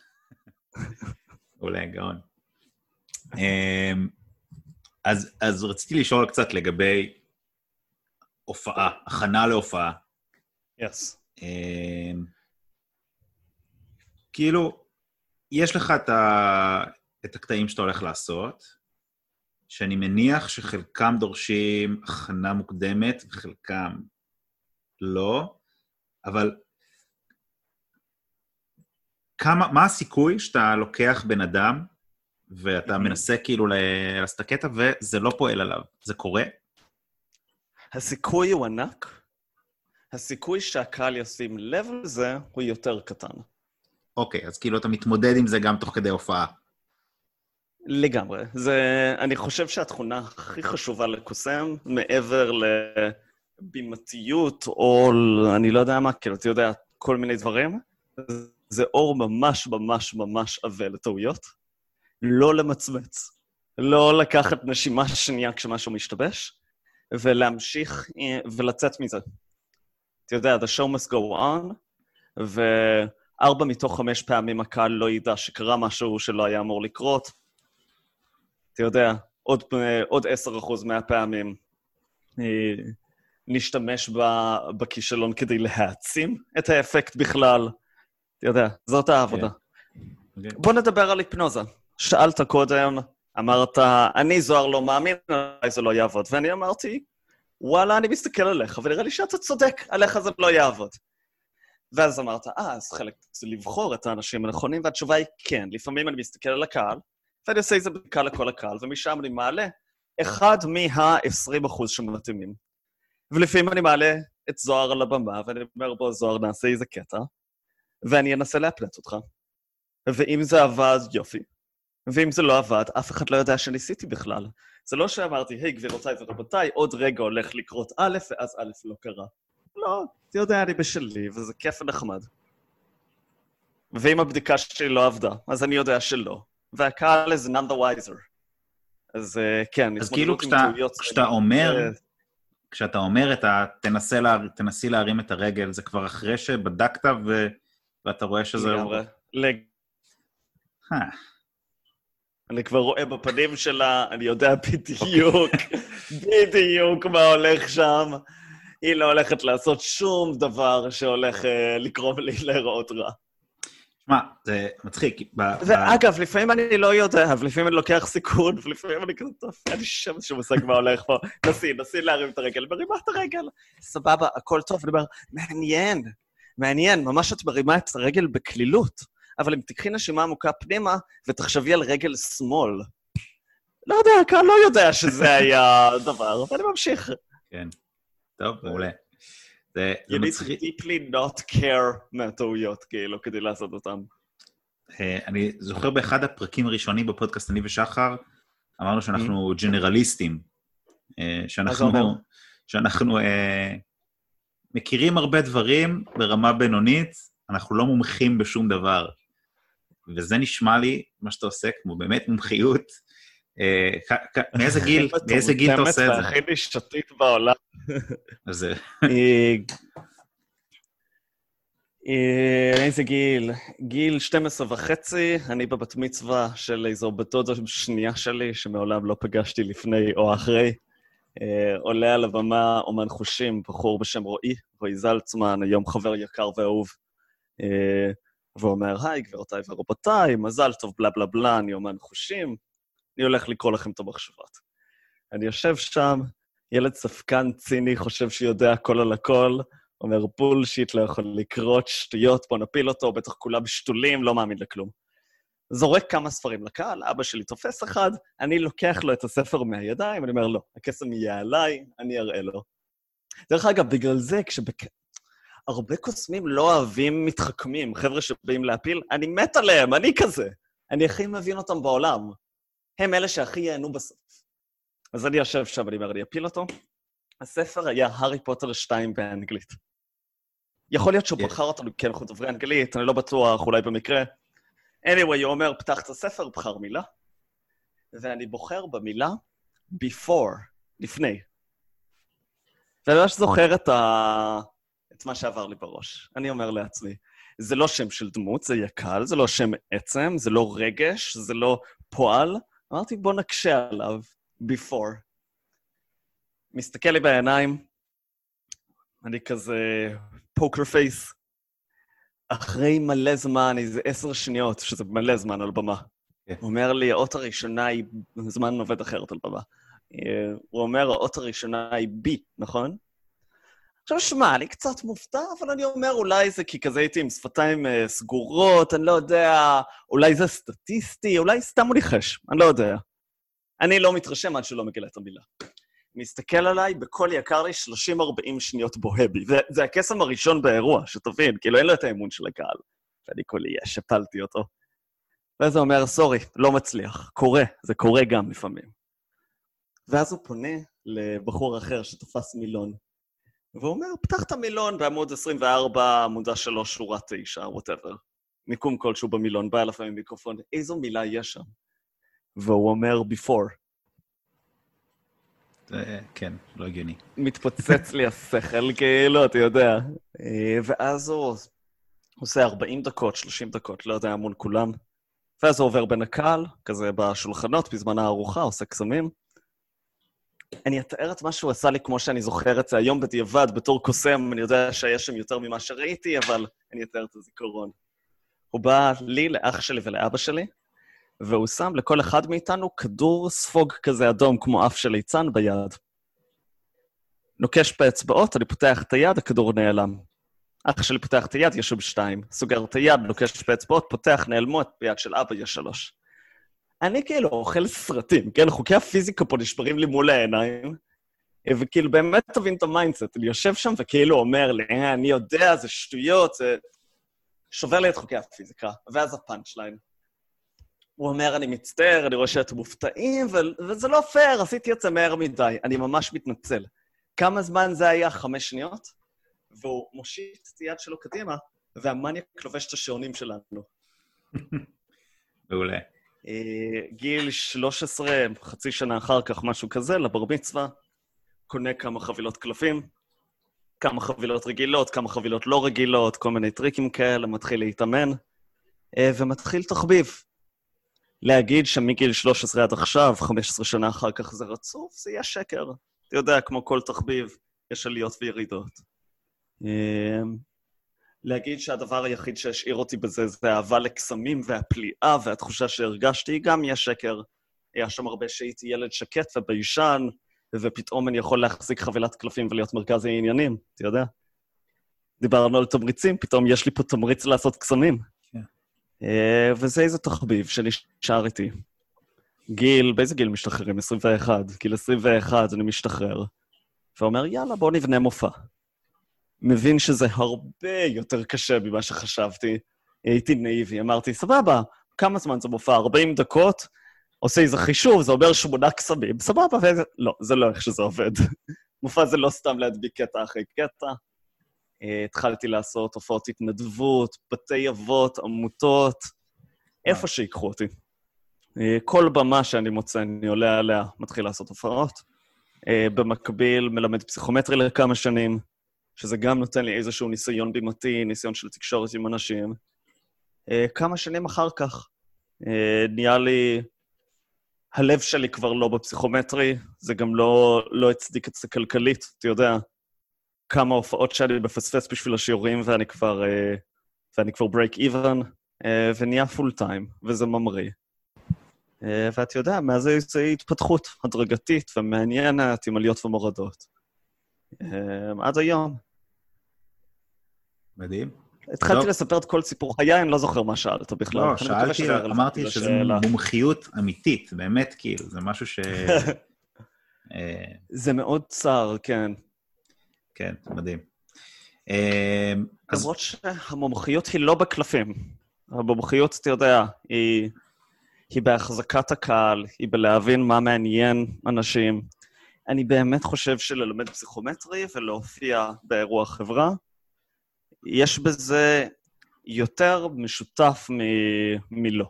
אולי, גאון. אז רציתי לשאול קצת לגבי הופעה, הכנה להופעה. Yes. כאילו, יש לך את הקטעים שאתה הולך לעשות, שאני מניח שחלקם דורשים הכנה מוקדמת, וחלקם לא, אבל מה הסיכוי שאתה לוקח בן אדם, ואתה מנסה כאילו לעשות את הקטע, וזה לא פועל עליו? זה קורה? הסיכוי הוא ענק. הסיכוי שהקהל ישים לב לזה הוא יותר קטן. אוקיי, אז כאילו אתה מתמודד עם זה גם תוך כדי הופעה. לגמרי. אני חושב שהתכונה הכי חשובה לקוסם, מעבר לבימתיות, או אני לא יודע מה, כאילו, אתה יודע, כל מיני דברים, זה אור ממש ממש ממש עבה לטעויות. לא למצמץ. לא לקחת נשימה שנייה כשמשהו משתבש, ולהמשיך ולצאת מזה. אתה יודע, the show must go on, 4 מתוך 5 פעמים הקהל לא ידע שקרה משהו שלא היה אמור לקרות. אתה יודע, עוד 10% מהפעמים נשתמש בכישלון כדי להעצים את האפקט בכלל. אתה יודע, זאת העבודה. בוא נדבר על היפנוזה. שאלת קודם, אמרת, אני זוהר לא מאמין, אולי זה לא יעבוד. ואני אמרתי, וואלה, אני מסתכל עליך, ונראה לי שאתה צודק, עליך זה לא יעבוד. ואז אמרת, אז חלק זה לבחור את האנשים הנכונים, והתשובה היא כן. לפעמים אני מסתכל על הקהל, ואני עושה איזה בדיקה לכל הקהל, ומשם אני מעלה אחד מה-20% שמתאימים. ולפעמים אני מעלה את זוהר על הבמה, ואני אומר, בוא, זוהר, נעשה איזה קטע, ואני אנסה להפלט אותך. ואם זה עבד, יופי. ואם זה לא עבד, אף אחד לא יודע שניסיתי בכלל. זה לא שאמרתי, היי, גבירותיי ורבותיי, עוד רגע הולך לקרות א', ואז א' לא קרה. לא, אתה יודע, אני בשלי, וזה כיף ונחמד. ואם הבדיקה שלי לא עבדה, אז אני יודע שלא. והקהל is none the wiser. אז כן, אז כאילו כשאתה אומר תנסי להרים את הרגל, זה כבר אחרי שבדקת ואתה רואה שזה... אני כבר רואה בפנים שלה, אני יודע בדיוק מה הולך שם. היא לא הולכת לעשות שום דבר שהולך לקרוב לי להיראות רע. שמע, זה מצחיק. ואגב, לפעמים אני לא יודע, ולפעמים אני לוקח סיכון, ולפעמים אני כזה טוב, אין לי שם שמושג מה הולך פה. נסי להרים את הרגל, מרימה את הרגל. סבבה, הכל טוב, אני אומר, מעניין, ממש את מרימה את הרגל בכלילות, אבל אם תקחי נשימה עמוקה פנימה, ותחשבי על רגל שמאל. לא יודע, הקהל לא יודע שזה היה דבר, ואני ממשיך. כן, טוב, מעולה. You need to deeply not care מהטעויות, כאילו, כדי לעשות אותם. אני זוכר באחד הפרקים הראשונים בפודקאסט אני ושחר, אמרנו שאנחנו ג'נרליסטים, שאנחנו מכירים הרבה דברים ברמה בינונית, אנחנו לא מומחים בשום דבר. וזה נשמע לי, מה שאתה עושה, כמו באמת מומחיות. מאיזה גיל אתה עושה את זה? הכי נשתית בעולם. אז איזה גיל? גיל 12.5, אני בבת מצווה של איזו בת דודה שנייה שלי, שמעולם לא פגשתי לפני או אחרי. עולה על הבמה אומן חושים, בחור בשם רועי זלצמן, היום חבר יקר ואהוב, ואומר, היי, גבירותיי ורבותיי, מזל טוב, בלה בלה בלה, אני אומן חושים, אני הולך לקרוא לכם את המחשבות. אני יושב שם, ילד ספקן ציני, חושב שיודע הכל על הכל, אומר בולשיט, לא יכול לקרות, שטויות, בוא נפיל אותו, בטח כולם שתולים, לא מאמין לכלום. זורק כמה ספרים לקהל, אבא שלי תופס אחד, אני לוקח לו את הספר מהידיים, אני אומר, לא, הקסם יהיה עליי, אני אראה לו. דרך אגב, בגלל זה, הרבה קוסמים לא אוהבים מתחכמים, חבר'ה שבאים להפיל, אני מת עליהם, אני כזה. אני הכי מבין אותם בעולם. הם אלה שהכי ייהנו בסוף. אז אני יושב שם, אני אומר, אני אפיל אותו. הספר היה הארי פוטר 2 באנגלית. יכול להיות שהוא בחר אותנו, כי אנחנו דוברי אנגלית, אני לא בטוח, אולי במקרה. anyway, הוא אומר, פתח את הספר, בחר מילה, ואני בוחר במילה before, לפני. ואני ממש זוכר את מה שעבר לי בראש. אני אומר לעצמי, זה לא שם של דמות, זה יקל, זה לא שם עצם, זה לא רגש, זה לא פועל. אמרתי, בוא נקשה עליו, before. מסתכל לי בעיניים, אני כזה פוקר פייס. אחרי מלא זמן, איזה 10 שניות, שזה מלא זמן על במה. הוא אומר לי, האות הראשונה היא, זמן עובד אחרת על במה. הוא אומר, האות הראשונה היא בי, נכון? עכשיו, שמע, אני קצת מופתע, אבל אני אומר, אולי זה כי כזה הייתי עם שפתיים סגורות, אני לא יודע, אולי זה סטטיסטי, אולי סתם הוא ניחש, אני לא יודע. אני לא מתרשם עד שלא מגלה את המילה. מסתכל עליי, בכל יקר לי 30-40 שניות בוהה בי. זה הקסם הראשון באירוע, שתבין, כאילו אין לו את האמון של הקהל. ואני כולי, שפלתי אותו. ואז הוא אומר, סורי, לא מצליח. קורה, זה קורה גם לפעמים. ואז הוא פונה לבחור אחר שתפס מילון. והוא אומר, פתח את המילון בעמוד 24, עמודה 3, שורה 9, whatever. מיקום כלשהו במילון, בא אליו עם מיקרופון, איזו מילה יש שם? והוא אומר, before. כן, לא הגיוני. מתפוצץ לי השכל, כאילו, אתה יודע. ואז הוא עושה 40 דקות, 30 דקות, לא יודע, מול כולם. ואז הוא עובר בין הקהל, כזה בשולחנות, בזמן הארוחה, עושה קסמים. אני אתאר את מה שהוא עשה לי כמו שאני זוכר את זה היום בדיעבד, בתור קוסם, אני יודע שיש שם יותר ממה שראיתי, אבל אני אתאר את הזיכרון. הוא בא לי, לאח שלי ולאבא שלי, והוא שם לכל אחד מאיתנו כדור ספוג כזה אדום, כמו אף של ליצן ביד. נוקש באצבעות, אני פותח את היד, הכדור נעלם. אח שלי פותח את היד, יש שם 2. סוגר את היד, נוקש באצבעות, פותח, נעלמות, ביד של אבא יש 3. אני כאילו אוכל סרטים, כן? חוקי הפיזיקה פה נשברים לי מול העיניים, וכאילו באמת תבין את המיינדסט. אני יושב שם וכאילו אומר לי, אני יודע, זה שטויות, זה שובר לי את חוקי הפיזיקה. ואז הפאנץ' ליין. הוא אומר, אני מצטער, אני רואה שאתם מופתעים, וזה לא פייר, עשיתי את זה מהר מדי, אני ממש מתנצל. כמה זמן זה היה? 5 שניות? והוא מושיט את היד שלו קדימה, והמניאק לובש את השעונים שלנו. מעולה. גיל 13, חצי שנה אחר כך, משהו כזה, לבר מצווה, קונה כמה חבילות קלפים, כמה חבילות רגילות, כמה חבילות לא רגילות, כל מיני טריקים כאלה, מתחיל להתאמן, ומתחיל תחביב. להגיד שמגיל 13 עד עכשיו, 15 שנה אחר כך זה רצוף, זה יהיה שקר. אתה יודע, כמו כל תחביב, יש עליות וירידות. להגיד שהדבר היחיד שהשאיר אותי בזה, זה האהבה לקסמים והפליאה והתחושה שהרגשתי, גם יהיה שקר. היה שם הרבה שהייתי ילד שקט וביישן, ופתאום אני יכול להחזיק חבילת קלפים ולהיות מרכז העניינים, אתה יודע? דיברנו על תמריצים, פתאום יש לי פה תמריץ לעשות קסמים. וזה איזה תחביב שנשאר איתי. באיזה גיל משתחררים? 21. גיל 21 אני משתחרר. ואומר, יאללה, בוא נבנה מופע. מבין שזה הרבה יותר קשה ממה שחשבתי. הייתי נאיבי, אמרתי, סבבה, כמה זמן זה מופע? 40 דקות? עושה איזה חישוב, זה אומר 8 קסמים. סבבה, לא, זה לא איך שזה עובד. מופע זה לא סתם להדביק קטע אחרי קטע. התחלתי לעשות הופעות התנדבות, בתי אבות, עמותות, איפה שיקחו אותי. כל במה שאני מוצא, אני עולה עליה, מתחיל לעשות הופעות. במקביל מלמד פסיכומטרי לכמה שנים, שזה גם נותן לי איזשהו ניסיון בימתי, ניסיון של תקשורת עם אנשים. כמה שנים אחר כך נהיה לי הלב שלי כבר לא בפסיכומטרי, זה גם לא הצדיק את זה כלכלית, אתה יודע, כמה הופעות שאני מפספס בשביל השיעורים, ואני כבר break even, ונהיה פול טיים, וזה ממריא. ואת יודע, מה זה התפתחות הדרגתית ומעניינת עם עליות ומורדות. עד היום. מדהים. התחלתי לספר את כל סיפור חיי, אני לא זוכר מה שאלת בכלל. לא, שאלתי, אמרתי שזו מומחיות אמיתית, באמת, כאילו, זה משהו ש... זה מאוד צר, כן. כן, מדהים. למרות שהמומחיות היא לא בקלפים. המומחיות, אתה יודע, היא בהחזקת הקהל, היא בלהבין מה מעניין אנשים. אני באמת חושב שללמד פסיכומטרי ולהופיע באירוע חברה, יש בזה יותר משותף מלא.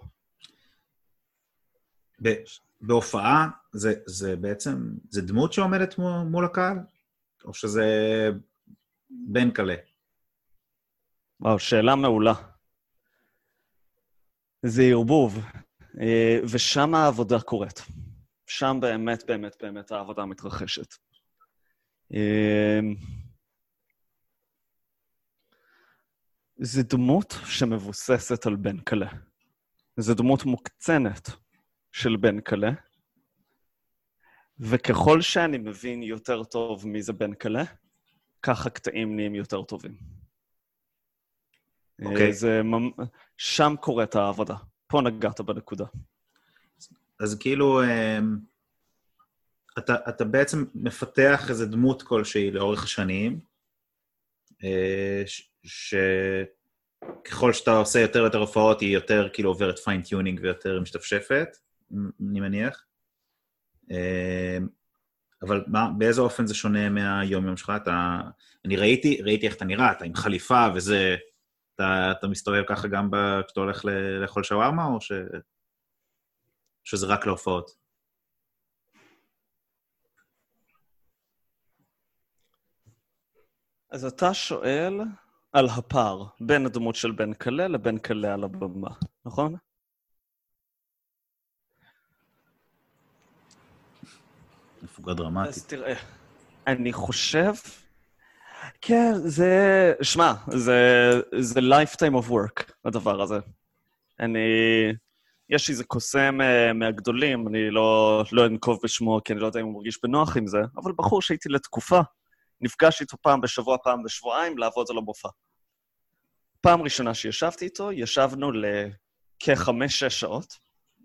בהופעה, זה בעצם, זה דמות שעומדת מול הקהל? או שזה בן קלה? וואו, שאלה מעולה. זה ערבוב, ושם העבודה קורית. שם באמת, באמת, באמת העבודה מתרחשת. זה דמות שמבוססת על בן קלה. זה דמות מוקצנת של בן קלה, וככל שאני מבין יותר טוב מי זה בן קלה, ככה קטעים נהיים יותר טובים. אוקיי. שם קורית העבודה. פה נגעת בנקודה. אז כאילו, אתה בעצם מפתח איזו דמות כלשהי לאורך השנים, שככל שאתה עושה יותר ויותר הופעות, היא יותר כאילו עוברת פיינטיונינג ויותר משתפשפת, אני מניח. אבל באיזה אופן זה שונה מהיום שלך? אני ראיתי איך אתה נראה, אתה עם חליפה וזה, אתה מסתובב ככה גם כשאתה הולך לאכול שווארמה, או שזה רק להופעות? אז אתה שואל על הפער בין הדמות של בן קלה לבן קלה על הבמה, נכון? הפוגה דרמטית. אז תראה, אני חושב... כן, שמע, זה lifetime of work, הדבר הזה. יש איזה קוסם מהגדולים, אני לא אנקוב בשמו, כי אני לא יודע אם הוא מרגיש בנוח עם זה, אבל בחור שהייתי לתקופה, נפגש איתו פעם בשבוע, פעם בשבועיים, לעבוד על המופע. פעם ראשונה שישבתי איתו, ישבנו לכ5-6 שעות,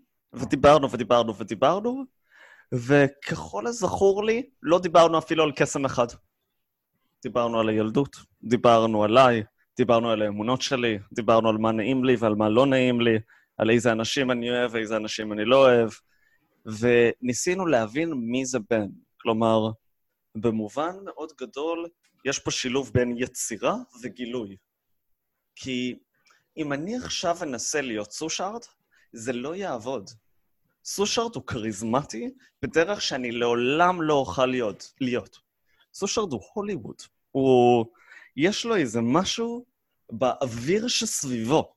ודיברנו, וככל הזכור לי, לא דיברנו אפילו על קסם אחד. דיברנו על הילדות, דיברנו עליי, דיברנו על האמונות שלי, דיברנו על מה נעים לי ועל מה לא נעים לי, על איזה אנשים אני אוהב ואיזה אנשים אני לא אוהב, וניסינו להבין מי זה בן. כלומר, במובן מאוד גדול, יש פה שילוב בין יצירה וגילוי. כי אם אני עכשיו אנסה להיות סושארד, זה לא יעבוד. סושארד הוא קריזמטי בדרך שאני לעולם לא אוכל להיות. סושארד הוא הוליווד. יש לו איזה משהו באוויר שסביבו.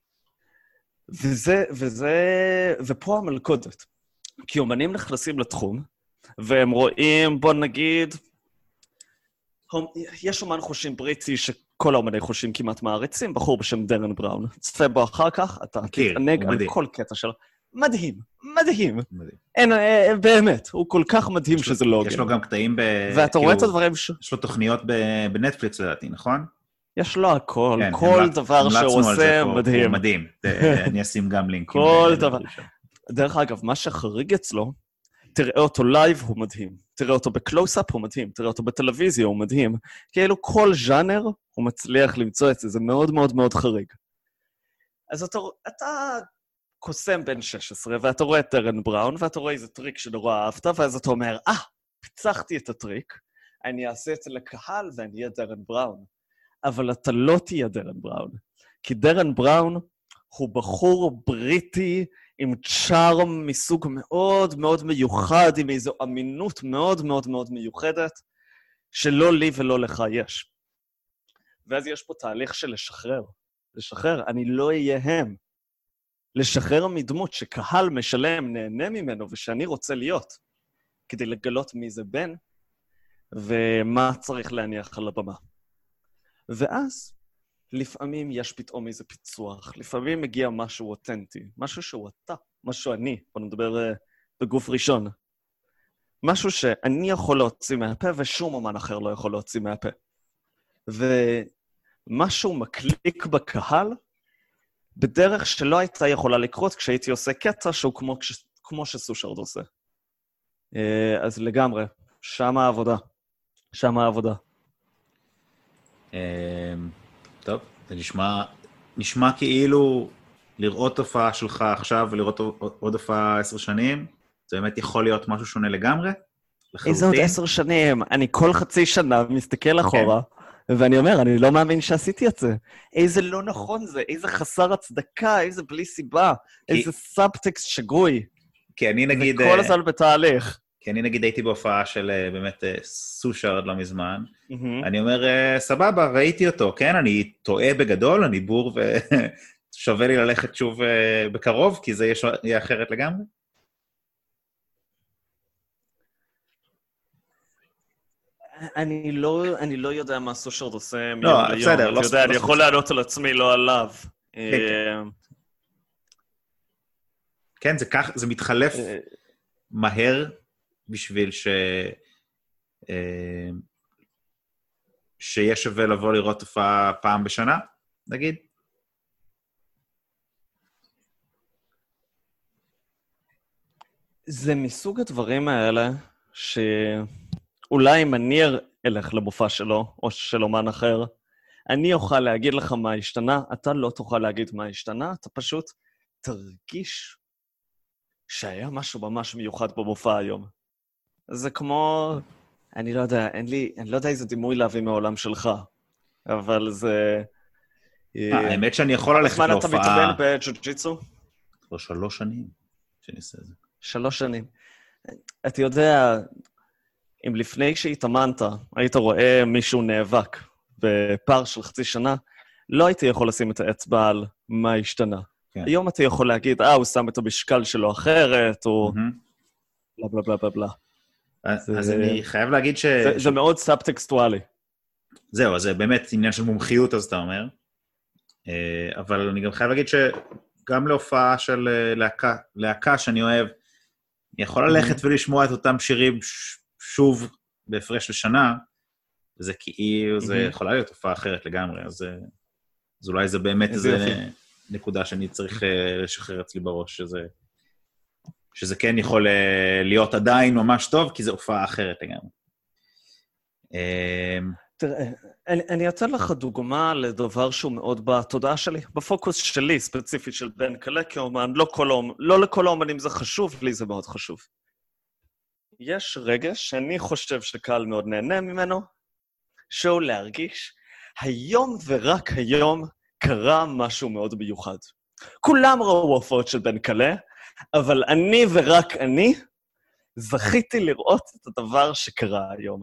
ופה המלכודת. כי אומנים נכנסים לתחום, והם רואים, בוא נגיד, יש אומן חושים בריטי שכל האומני חושים כמעט מעריצים, בחור בשם דרן בראון. צפה בו אחר כך, אתה תתענג על כל קטע שלו. מדהים. אין, באמת, הוא כל כך מדהים שזה לא הוגן. יש לו גם קטעים ואתה רואה את הדברים יש לו תוכניות בנטפליקס לדעתי, נכון? יש לו הכל, כל דבר שהוא עושה מדהים. הוא מדהים, אני אשים גם לינק. כל דבר. דרך אגב, מה שחריג אצלו, תראה אותו לייב, הוא מדהים. תראה אותו בקלוס-אפ, הוא מדהים. תראה אותו בטלוויזיה, הוא מדהים. כאילו כל ז'אנר הוא מצליח למצוא את זה, זה מאוד מאוד מאוד חריג. אז אתה קוסם בן 16, ואתה רואה את דרן בראון, ואתה רואה איזה טריק שנורא אהבת, ואז אתה אומר, פיצחתי את הטריק, אני אעשה את זה לקהל ואני אהיה דרן בראון. אבל אתה לא תהיה דרן בראון. כי דרן בראון הוא בחור בריטי עם צ'ארם מסוג מאוד מאוד מיוחד, עם איזו אמינות מאוד מאוד מאוד מיוחדת, שלא לי ולא לך יש. ואז יש פה תהליך של לשחרר. אני לא אהיה הם. לשחרר מדמות שקהל משלם נהנה ממנו ושאני רוצה להיות, כדי לגלות מי זה בן, ומה צריך להניח על הבמה. ואז, לפעמים יש פתאום איזה פיצוח, לפעמים מגיע משהו אותנטי, משהו שהוא אתה, משהו אני, בוא נדבר בגוף ראשון. משהו שאני יכול להוציא מהפה ושום אומן אחר לא יכול להוציא מהפה. ומשהו מקליק בקהל, בדרך שלא הייתה יכולה לקרות כשהייתי עושה קטע שהוא כמו שסושרד עושה. אז לגמרי, שם העבודה. שם העבודה. טוב, זה נשמע כאילו לראות תופעה שלך עכשיו ולראות עוד תופעה 10 שנים, זה באמת יכול להיות משהו שונה לגמרי? איזה עוד 10 שנים? אני כל חצי שנה מסתכל אחורה, ואני אומר, אני לא מאמין שעשיתי את זה. איזה לא נכון זה, איזה חסר הצדקה, איזה בלי סיבה, איזה סאבטקסט שגוי. כי אני נגיד... וכל הזמן בתהליך. כי אני נגיד הייתי בהופעה של באמת סושרד לא מזמן, אני אומר, סבבה, ראיתי אותו, כן? אני טועה בגדול, אני בור ושווה לי ללכת שוב בקרוב, כי זה יהיה אחרת לגמרי. אני לא יודע מה סושרד עושה מיום לא, ליום. בסדר, אתה יודע, אני יכול לענות על עצמי, לא עליו. כן, זה מתחלף מהר בשביל שיש שווה לבוא לראות תופעה פעם בשנה, נגיד? זה מסוג הדברים האלה שאולי אם אני אלך למופע שלו, או של אומן אחר, אני אוכל להגיד לך מה השתנה, אתה לא תוכל להגיד מה השתנה, אתה פשוט תרגיש שהיה משהו ממש מיוחד במופע היום. זה כמו, אני לא יודע, אני לא יודע איזה דימוי להביא מהעולם שלך, אבל זה... האמת שאני יכול ללכת להופעה... אתה מתאמן בג'ו-ג'יצו? כבר 3 שנים שאני עושה את זה. 3 שנים. אתה יודע, אם לפני שהתאמנת, היית רואה מישהו נאבק בפער של חצי שנה, לא הייתי יכול לשים את האצבע על מה השתנה. כן. היום אתה יכול להגיד, הוא שם את המשקל שלו אחרת, או בלה בלה בלה בלה בלה. אז אני חייב להגיד זה מאוד סאבטקסטואלי. זהו, אז זה באמת עניין של מומחיות, אז אתה אומר. אבל אני גם חייב להגיד שגם להופעה של להקה שאני אוהב, אני יכול ללכת ולשמוע את אותם שירים שוב בהפרש לשנה, וזה כאילו, זה יכולה להיות הופעה אחרת לגמרי, אז אולי זה באמת איזו נקודה שאני צריך לשחרר אצלי בראש, שזה כן יכול להיות עדיין ממש טוב, כי זו הופעה אחרת לגמרי. תראה, אני אתן לך דוגמה לדבר שהוא מאוד בתודעה שלי, בפוקוס שלי, ספציפית של בן קלה כאומן, לא לכל האומנים זה חשוב, לי זה מאוד חשוב. יש רגע שאני חושב שקהל מאוד נהנה ממנו, שהוא להרגיש, היום ורק היום קרה משהו מאוד מיוחד. כולם ראו הופעות של בן קלה, אבל אני ורק אני זכיתי לראות את הדבר שקרה היום.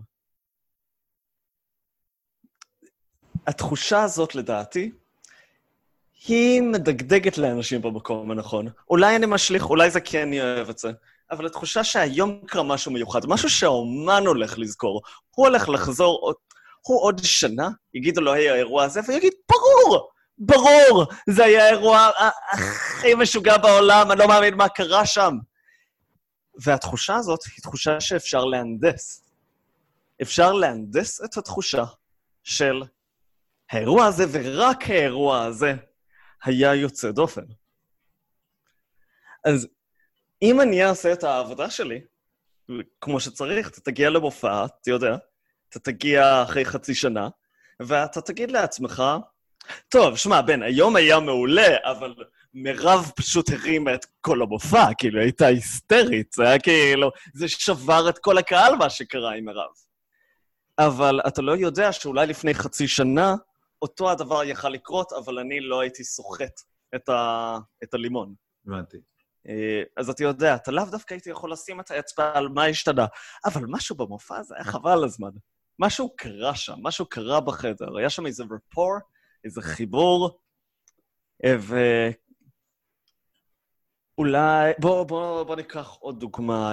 התחושה הזאת, לדעתי, היא מדגדגת לאנשים במקום הנכון. אולי אני משליך, אולי זה כי אני אוהב את זה, אבל התחושה שהיום קרה משהו מיוחד, משהו שהאומן הולך לזכור, הוא הולך לחזור, הוא עוד שנה, יגידו לו, האירוע הזה, ויגיד, ברור, זה היה האירוע הכי משוגע בעולם, אני לא מאמין מה קרה שם. והתחושה הזאת היא תחושה שאפשר להנדס. אפשר להנדס את התחושה של האירוע הזה, ורק האירוע הזה, היה יוצא דופן. אז אם אני אעשה את העבודה שלי, כמו שצריך, אתה תגיע למופע, אתה יודע, אתה תגיע אחרי חצי שנה, ואתה תגיד לעצמך, טוב, שמע, בן, היום היה מעולה, אבל מירב פשוט הרימה את כל המופע, כאילו, הייתה היסטרית, זה היה כאילו, זה שבר את כל הקהל מה שקרה עם מירב. אבל אתה לא יודע שאולי לפני חצי שנה, אותו הדבר יכל לקרות, אבל אני לא הייתי סוחט את הלימון. הבנתי. אז אתה יודע, אתה לאו דווקא הייתי יכול לשים את האצבע על מה השתנה, אבל משהו במופע הזה היה חבל הזמן. משהו קרה שם, משהו קרה בחדר, היה שם איזה רפור, איזה חיבור, אולי, בוא ניקח עוד דוגמה.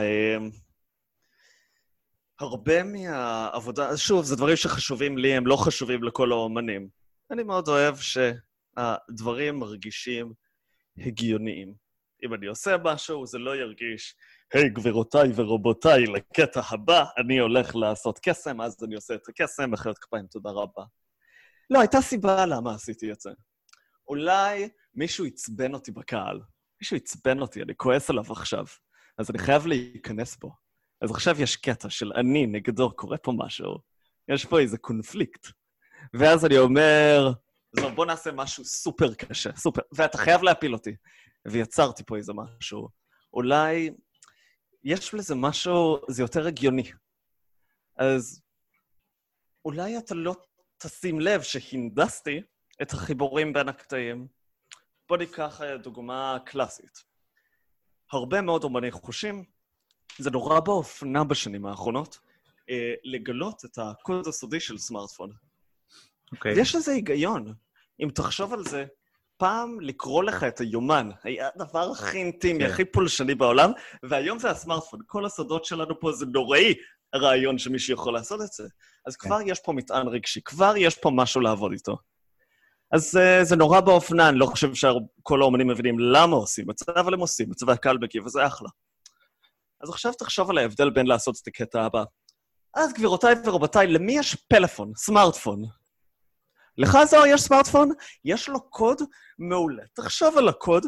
הרבה מהעבודה, שוב, זה דברים שחשובים לי, הם לא חשובים לכל האומנים. אני מאוד אוהב שהדברים מרגישים הגיוניים. אם אני עושה משהו, זה לא ירגיש, היי, גבירותיי ורבותיי, לקטע הבא, אני הולך לעשות קסם, אז אני עושה את הקסם, מחיאות כפיים, תודה רבה. לא, הייתה סיבה למה עשיתי את זה. אולי מישהו יצבן אותי בקהל. מישהו יצבן אותי, אני כועס עליו עכשיו. אז אני חייב להיכנס פה. אז עכשיו יש קטע של אני נגדו, קורה פה משהו. יש פה איזה קונפליקט. ואז אני אומר, זו, בוא נעשה משהו סופר קשה, סופר, ואתה חייב להפיל אותי. ויצרתי פה איזה משהו. אולי יש לזה משהו, זה יותר הגיוני. אז אולי אתה לא תשים לב שהנדסתי את החיבורים בין הקטעים. בוא ניקח דוגמה קלאסית. הרבה מאוד אומני חושים, זה נורא באופנה בשנים האחרונות, לגלות את הקוד הסודי של סמארטפון. אוקיי. ויש לזה היגיון. אם תחשוב על זה, פעם לקרוא לך את היומן, היה הדבר הכי אינטימי, הכי פולשני בעולם, והיום זה הסמארטפון. כל הסודות שלנו פה זה נוראי, הרעיון שמישהו יכול לעשות את זה. אז כבר יש פה מטען רגשי, כבר יש פה משהו לעבוד איתו. אז זה נורא באופנה, אני לא חושב שכל האומנים מבינים למה עושים את זה, אבל הם עושים את זה, והקהל מגיב, וזה אחלה. אז עכשיו תחשוב על ההבדל בין לעשות את הקטע הבא. אז גבירותיי ורבותיי, למי יש פלאפון, סמארטפון? לך זוהר יש סמארטפון? יש לו קוד מעולה. תחשוב על הקוד,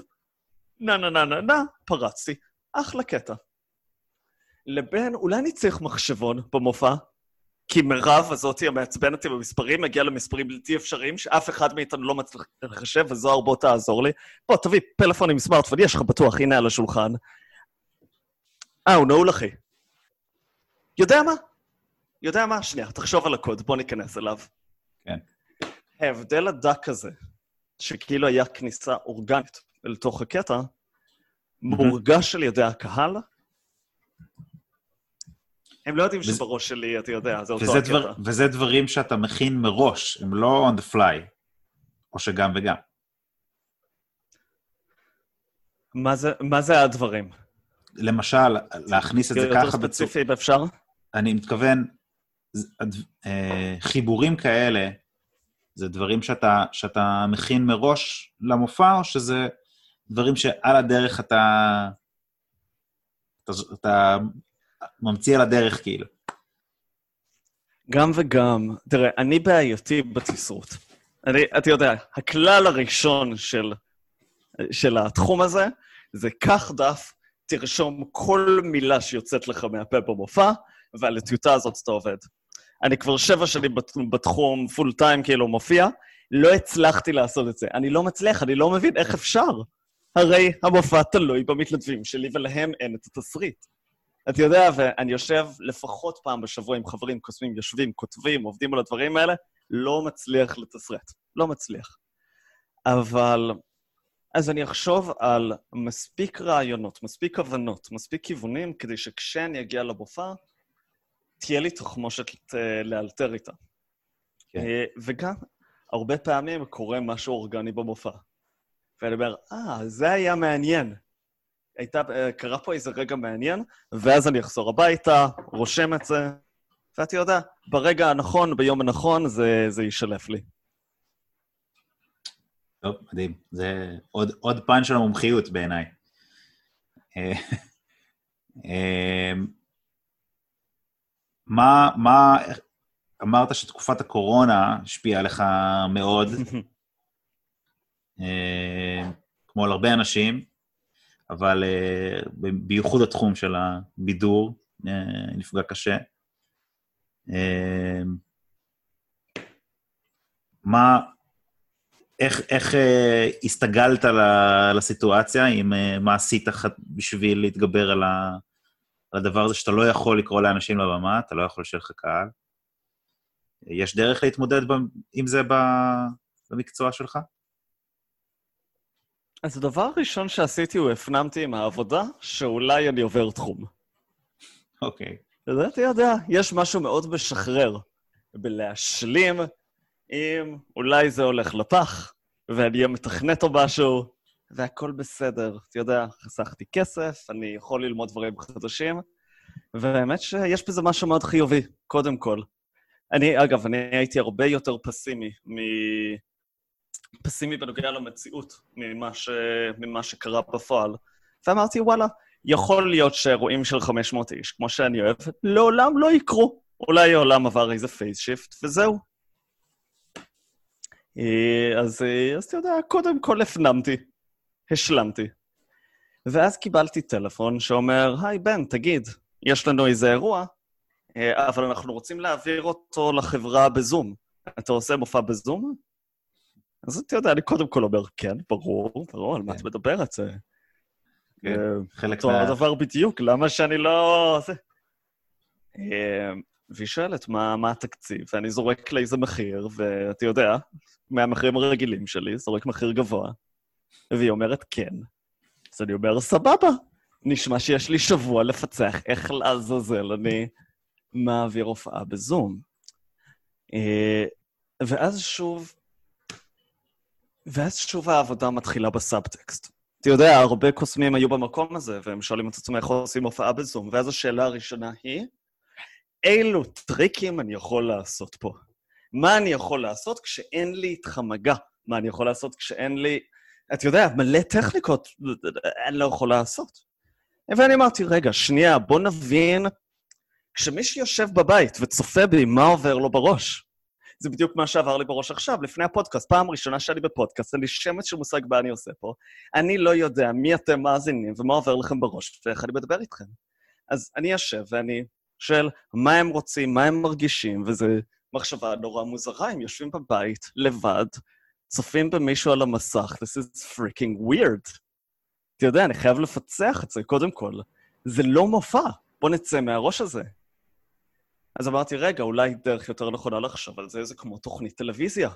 פרצתי, אחלה קטע. לבין, אולי אני צריך מחשבון במופע, כי מירב הזאת המעצבנת במספרים, מגיע למספרים בלתי אפשריים, שאף אחד מאיתנו לא מצליח לחשב, וזוהר בוא תעזור לי. בוא, תביא פלאפון עם סמארטפון, יש לך בטוח, הנה על השולחן. הוא נעול אחי. יודע מה? שנייה, תחשוב על הקוד, בוא ניכנס אליו. כן. ההבדל הדק הזה, שכאילו היה כניסה אורגנית אל תוך הקטע, מורגש על ידי הקהל, הם לא יודעים שבראש שלי, אתה יודע, זה אותו הקטע. וזה דברים שאתה מכין מראש, הם לא on the fly, או שגם וגם. מה זה הדברים? למשל, להכניס את זה ככה... יותר ספציפי, אפשר? אני מתכוון, חיבורים כאלה, זה דברים שאתה מכין מראש למופע, או שזה דברים שעל הדרך אתה ממציא על הדרך כאילו? גם וגם. תראה, אני בעייתי בתסרות. אתה יודע, הכלל הראשון של התחום הזה, זה כך דף, תרשום כל מילה שיוצאת לך מהפה במופע, ועל הטיוטה הזאת אתה עובד. אני כבר 7 שנים בתחום פול טיים כאילו מופיע, לא הצלחתי לעשות את זה. אני לא מצליח, אני לא מבין איך אפשר. הרי המופע תלוי במתנדבים שלי, ולהם אין את התסריט. אתה יודע, ואני יושב לפחות פעם בשבוע עם חברים קוסמים, יושבים, כותבים, עובדים על הדברים האלה, לא מצליח לתסרט. לא מצליח. אבל אז אני אחשוב על מספיק רעיונות, מספיק הבנות, מספיק כיוונים, כדי שכשאני אגיע למופע, תהיה לי תחמושת לאלתר איתה. כן. וגם, הרבה פעמים קורה משהו אורגני במופע. ואני אומר, זה היה מעניין. קרה פה איזה רגע מעניין, ואז אני אחזור הביתה, רושם את זה, ואתה יודע, ברגע הנכון, ביום הנכון, זה יישלף לי. טוב, מדהים. זה עוד פן של המומחיות בעיניי. מה אמרת שתקופת הקורונה השפיעה לך מאוד, כמו על הרבה אנשים, אבל בייחוד התחום של הבידור נפגע קשה. איך הסתגלת לסיטואציה, מה עשית בשביל להתגבר על הדבר הזה שאתה לא יכול לקרוא לאנשים לבמה, אתה לא יכול שיהיה לך קהל? יש דרך להתמודד עם זה במקצוע שלך? אז הדבר הראשון שעשיתי הוא הפנמתי עם העבודה, שאולי אני עובר תחום. אוקיי. אתה יודע, יש משהו מאוד משחרר, בלהשלים אם אולי זה הולך לפח, ואני אהיה מתכנת או משהו, והכל בסדר. אתה יודע, חסכתי כסף, אני יכול ללמוד דברים חדשים, והאמת שיש בזה משהו מאוד חיובי, קודם כל. אגב, אני הייתי הרבה יותר פסימי בנוגע למציאות ממה שקרה בפועל. ואמרתי, וואלה, יכול להיות שאירועים של 500 איש, כמו שאני אוהב, לעולם לא יקרו. אולי העולם עבר איזה פייס שיפט, וזהו. אז אתה יודע, קודם כל השלמתי. ואז קיבלתי טלפון שאומר, היי בן, תגיד, יש לנו איזה אירוע, אבל אנחנו רוצים להעביר אותו לחברה בזום. אתה עושה מופע בזום? אז אתה יודע, אני קודם כל אומר, כן, ברור, על מה את מדברת? זה אותו הדבר בדיוק, למה שאני לא... והיא שואלת, מה התקציב? ואני זורק לאיזה מחיר, ואתה יודע, מהמחירים הרגילים שלי, זורק מחיר גבוה, והיא אומרת, כן. אז אני אומר, סבבה, נשמע שיש לי שבוע לפצח איך לעזאזל אני מעביר הופעה בזום. ואז שוב העבודה מתחילה בסאבטקסט. אתה יודע, הרבה קוסמים היו במקום הזה, והם שואלים את עצמם איך עושים הופעה בזום, ואז השאלה הראשונה היא, אילו טריקים אני יכול לעשות פה? מה אני יכול לעשות כשאין לי את חמגה? מה אני יכול לעשות כשאין לי... אתה יודע, מלא טכניקות אני לא יכול לעשות. ואני אמרתי, רגע, שנייה, בוא נבין, כשמישהו יושב בבית וצופה בי, מה עובר לו בראש? זה בדיוק מה שעבר לי בראש עכשיו, לפני הפודקאסט. פעם ראשונה שאני בפודקאסט, אין לי שמץ של מושג מה אני עושה פה. אני לא יודע מי אתם מאזינים ומה עובר לכם בראש, ואיך אני מדבר איתכם. אז אני יושב ואני שואל מה הם רוצים, מה הם מרגישים, וזו מחשבה נורא מוזרה, הם יושבים בבית, לבד, צופים במישהו על המסך, this is freaking weird. אתה יודע, אני חייב לפצח את זה, קודם כל. זה לא מופע, בוא נצא מהראש הזה. אז אמרתי, רגע, אולי דרך יותר נכונה לחשוב על זה, זה כמו תוכנית טלוויזיה.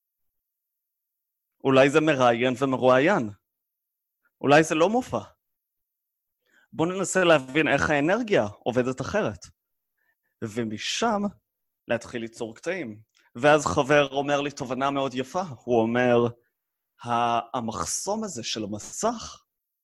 אולי זה מראיין ומרואיין. אולי זה לא מופע. בוא ננסה להבין איך האנרגיה עובדת אחרת. ומשם להתחיל ליצור קטעים. ואז חבר אומר לי תובנה מאוד יפה. הוא אומר, המחסום הזה של המסך,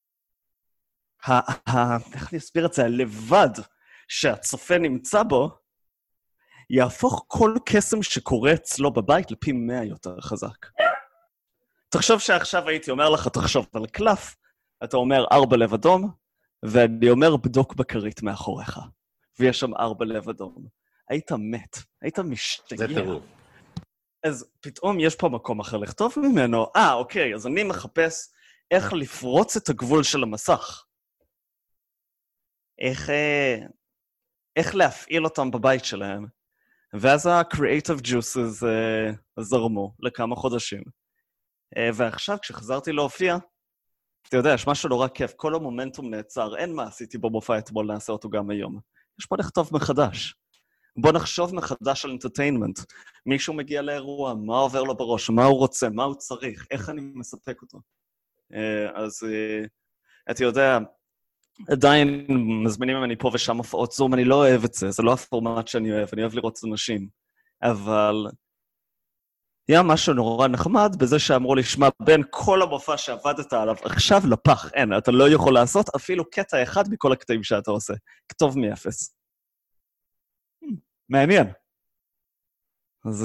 איך אני אסביר את זה? הלבד שהצופה נמצא בו, יהפוך כל קסם שקורה אצלו בבית לפי 100 יותר חזק. תחשוב שעכשיו הייתי אומר לך, תחשוב על קלף, אתה אומר 4 לב אדום, ואני אומר בדוק בקרית מאחוריך, ויש שם 4 לב אדום. היית מת, היית משתגע. זה טירוף. אז פתאום יש פה מקום אחר לכתוב ממנו, אוקיי, אז אני מחפש איך לפרוץ את הגבול של המסך. איך להפעיל אותם בבית שלהם. ואז ה-creative juices זרמו לכמה חודשים. ועכשיו, כשחזרתי להופיע, אתה יודע, יש משהו נורא כיף, כל המומנטום נעצר, אין מה עשיתי במופע אתמול, נעשה אותו גם היום. יש פה לכתוב מחדש. בוא נחשוב מחדש על entertainment. מישהו מגיע לאירוע, מה עובר לו בראש, מה הוא רוצה, מה הוא צריך, איך אני מספק אותו. אז אתה יודע, עדיין מזמינים ממני פה ושם הופעות זום, אני לא אוהב את זה, זה לא הפורמט שאני אוהב, אני אוהב לראות את אנשים. אבל היה משהו נורא נחמד בזה שאמרו לי, שמע, בין כל המופע שעבדת עליו, עכשיו לפח, אין, אתה לא יכול לעשות אפילו קטע אחד מכל הקטעים שאתה עושה. כתוב מ-0. מעניין. אז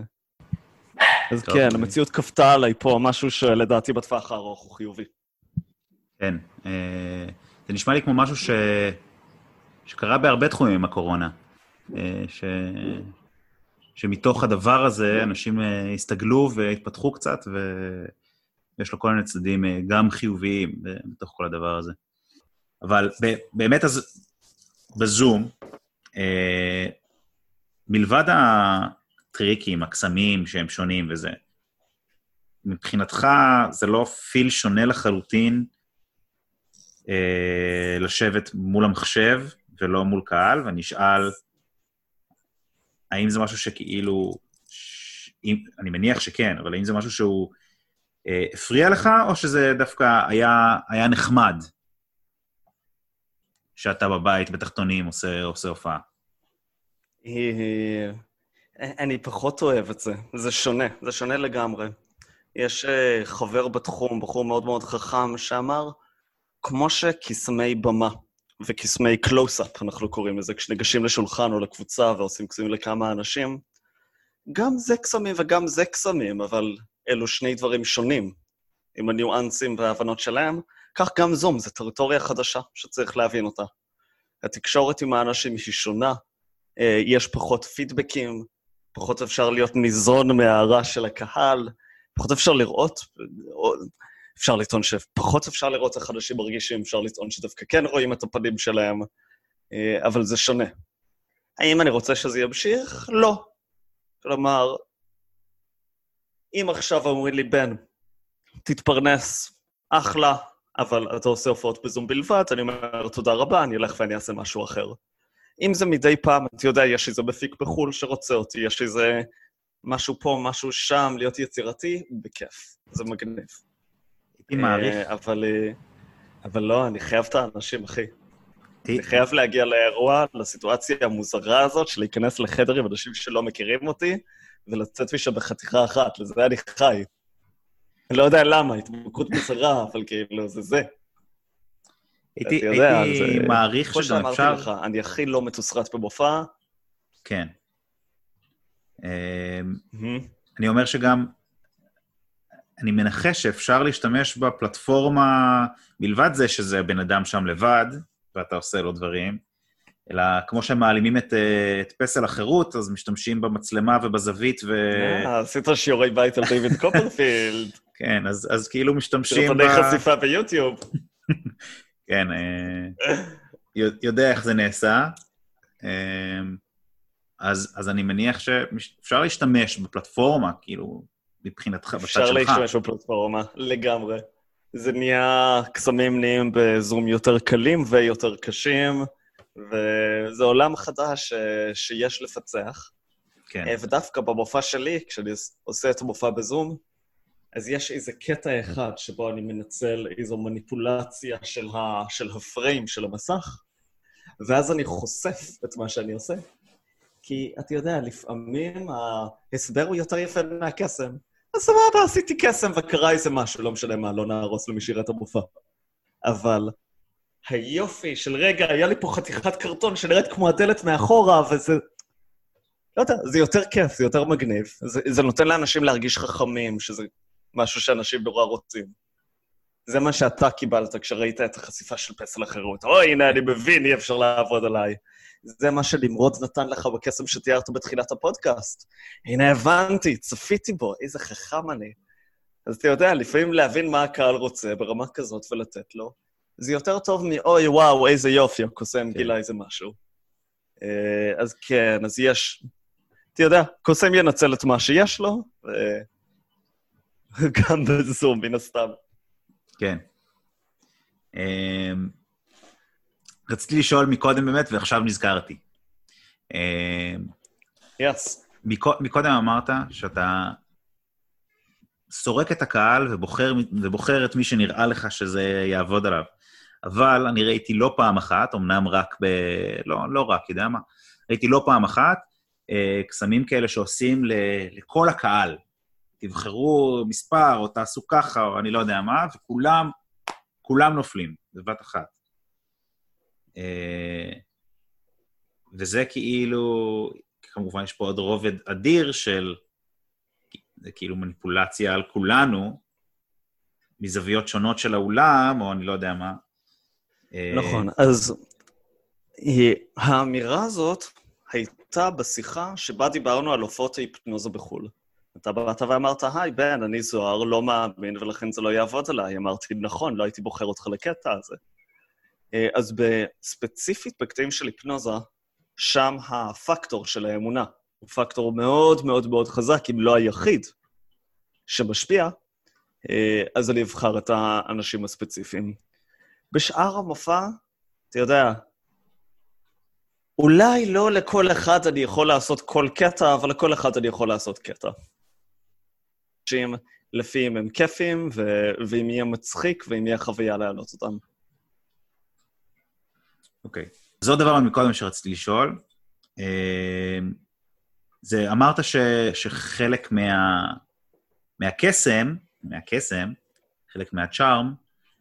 כן, המציאות כפתה עליי פה משהו שלדעתי בטווח הארוך הוא חיובי. כן, זה נשמע לי כמו משהו שקרה בהרבה תחומים עם הקורונה, שמתוך הדבר הזה אנשים הסתגלו והתפתחו קצת, ויש לו כל מיני צדדים גם חיוביים בתוך כל הדבר הזה. אבל באמת אז בזום, מלבד הטריקים, הקסמים שהם שונים וזה, מבחינתך זה לא פיל שונה לחלוטין לשבת מול המחשב ולא מול קהל, ואני אשאל, האם זה משהו שכאילו, אני מניח שכן, אבל האם זה משהו שהוא הפריע לך, או שזה דווקא היה נחמד, שאתה בבית בתחתונים עושה הופעה? אני פחות אוהב את זה, זה שונה לגמרי. יש חבר בתחום, בחור מאוד מאוד חכם, שאמר, כמו שקסמי במה וקסמי קלוס-אפ, אנחנו קוראים לזה, כשניגשים לשולחן או לקבוצה ועושים קסמים לכמה אנשים, גם זה קסמים וגם זה קסמים, אבל אלו שני דברים שונים, עם הניואנסים וההבנות שלהם, כך גם זום, זו טריטוריה חדשה שצריך להבין אותה. התקשורת עם האנשים היא שונה, יש פחות פידבקים, פחות אפשר להיות ניזון מההערה של הקהל, פחות אפשר לראות, אפשר לטעון שפחות אפשר לראות איך אנשים מרגישים, אפשר לטעון שדווקא כן רואים את הפנים שלהם, אבל זה שונה. האם אני רוצה שזה ימשיך? לא. כלומר, אם עכשיו אומרים לי, בן, תתפרנס, אחלה, אבל אתה עושה הופעות בזום בלבד, אני אומר, תודה רבה, אני אלך ואני אעשה משהו אחר. אם זה מדי פעם, אתה יודע, יש איזה מפיק בחול שרוצה אותי, יש איזה משהו פה, משהו שם, להיות יצירתי, בכיף. זה מגניב. הייתי מעריך. אבל לא, אני חייב את האנשים, אחי. אני חייב להגיע לאירוע, לסיטואציה המוזרה הזאת, של להיכנס לחדר עם אנשים שלא מכירים אותי, ולצאת משם בחתיכה אחת, לזה אני חי. אני לא יודע למה, התמקרות מוזרה, אבל כאילו, זה. הייתי מעריך שגם אפשר... כמו שאמרתי לך, אני הכי לא מתוסרט במופע. כן. אני אומר שגם, אני מנחש שאפשר להשתמש בפלטפורמה, מלבד זה שזה בן אדם שם לבד, ואתה עושה לו דברים, אלא כמו שהם מעלימים את פסל החירות, אז משתמשים במצלמה ובזווית עשית שיעורי בית על דיוויד קופרפילד. כן, אז כאילו משתמשים סרטוני חשיפה ביוטיוב. כן, יודע איך זה נעשה. אז אני מניח שאפשר להשתמש בפלטפורמה, כאילו, מבחינתך, בצד שלך. אפשר להשתמש בפלטפורמה, לגמרי. זה נהיה, קסמים נהיים בזום יותר קלים ויותר קשים, וזה עולם חדש שיש לפצח. כן. ודווקא במופע שלי, כשאני עושה את המופע בזום, אז יש איזה קטע אחד שבו אני מנצל איזו מניפולציה של הפריים של המסך, ואז אני חושף את מה שאני עושה. כי אתה יודע, לפעמים ההסבר הוא יותר יפה מהקסם. אז סבבה, עשיתי קסם וקרה איזה משהו, לא משנה מה, לא נהרוס למי שיראה את המופע. אבל היופי של רגע, היה לי פה חתיכת קרטון שנראית כמו הדלת מאחורה, וזה... לא יודע, זה יותר כיף, זה יותר מגניב. זה נותן לאנשים להרגיש חכמים, שזה משהו שאנשים נורא רוצים. זה מה שאתה קיבלת כשראית את החשיפה של פסל החירות. אוי, הנה, אני מבין, אי אפשר לעבוד עליי. זה מה שנמרוד נתן לך בקסם שתיארת בתחילת הפודקאסט. הנה, הבנתי, צפיתי בו, איזה חכם אני. אז אתה יודע, לפעמים להבין מה הקהל רוצה ברמה כזאת ולתת לו, זה יותר טוב מאוי, וואו, איזה יופי, הקוסם גילה איזה משהו. אז כן, אז יש... אתה יודע, קוסם ינצל את מה שיש לו, וגם בזום, מן הסתם. כן. רציתי לשאול מקודם באמת, ועכשיו נזכרתי. יס. מקודם אמרת שאתה סורק את הקהל ובוחר את מי שנראה לך שזה יעבוד עליו. אבל אני ראיתי לא פעם אחת, אמנם רק לא רק, יודע מה, ראיתי לא פעם אחת, קסמים כאלה שעושים לכל הקהל. תבחרו מספר, או תעשו ככה, או אני לא יודע מה, וכולם נופלים, בבת אחת. וזה כאילו, כמובן יש פה עוד רובד אדיר של, זה כאילו מניפולציה על כולנו, מזוויות שונות של האולם, או אני לא יודע מה. נכון, אז האמירה הזאת הייתה בשיחה שבה דיברנו על הופעות ההיפנוזה בחו"ל. אתה באת ואמרת, היי, בן, אני זוהר, לא מאמין, ולכן זה לא יעבוד עליי. אמרתי, נכון, לא הייתי בוחר אותך לקטע הזה. אז בספציפית בקטעים של היפנוזה, שם הפקטור של האמונה הוא פקטור מאוד מאוד מאוד חזק, אם לא היחיד שמשפיע, אז אני אבחר את האנשים הספציפיים. בשאר המופע, אתה יודע, אולי לא לכל אחד אני יכול לעשות כל קטע, אבל לכל אחד אני יכול לעשות קטע. לפי אם הם כיפים, ואם יהיה מצחיק, ואם יהיה חוויה להעלות אותם. אוקיי. זו דבר מקודם שרציתי לשאול. אמרת שחלק מהקסם מהקסם, חלק מהצ'ארם,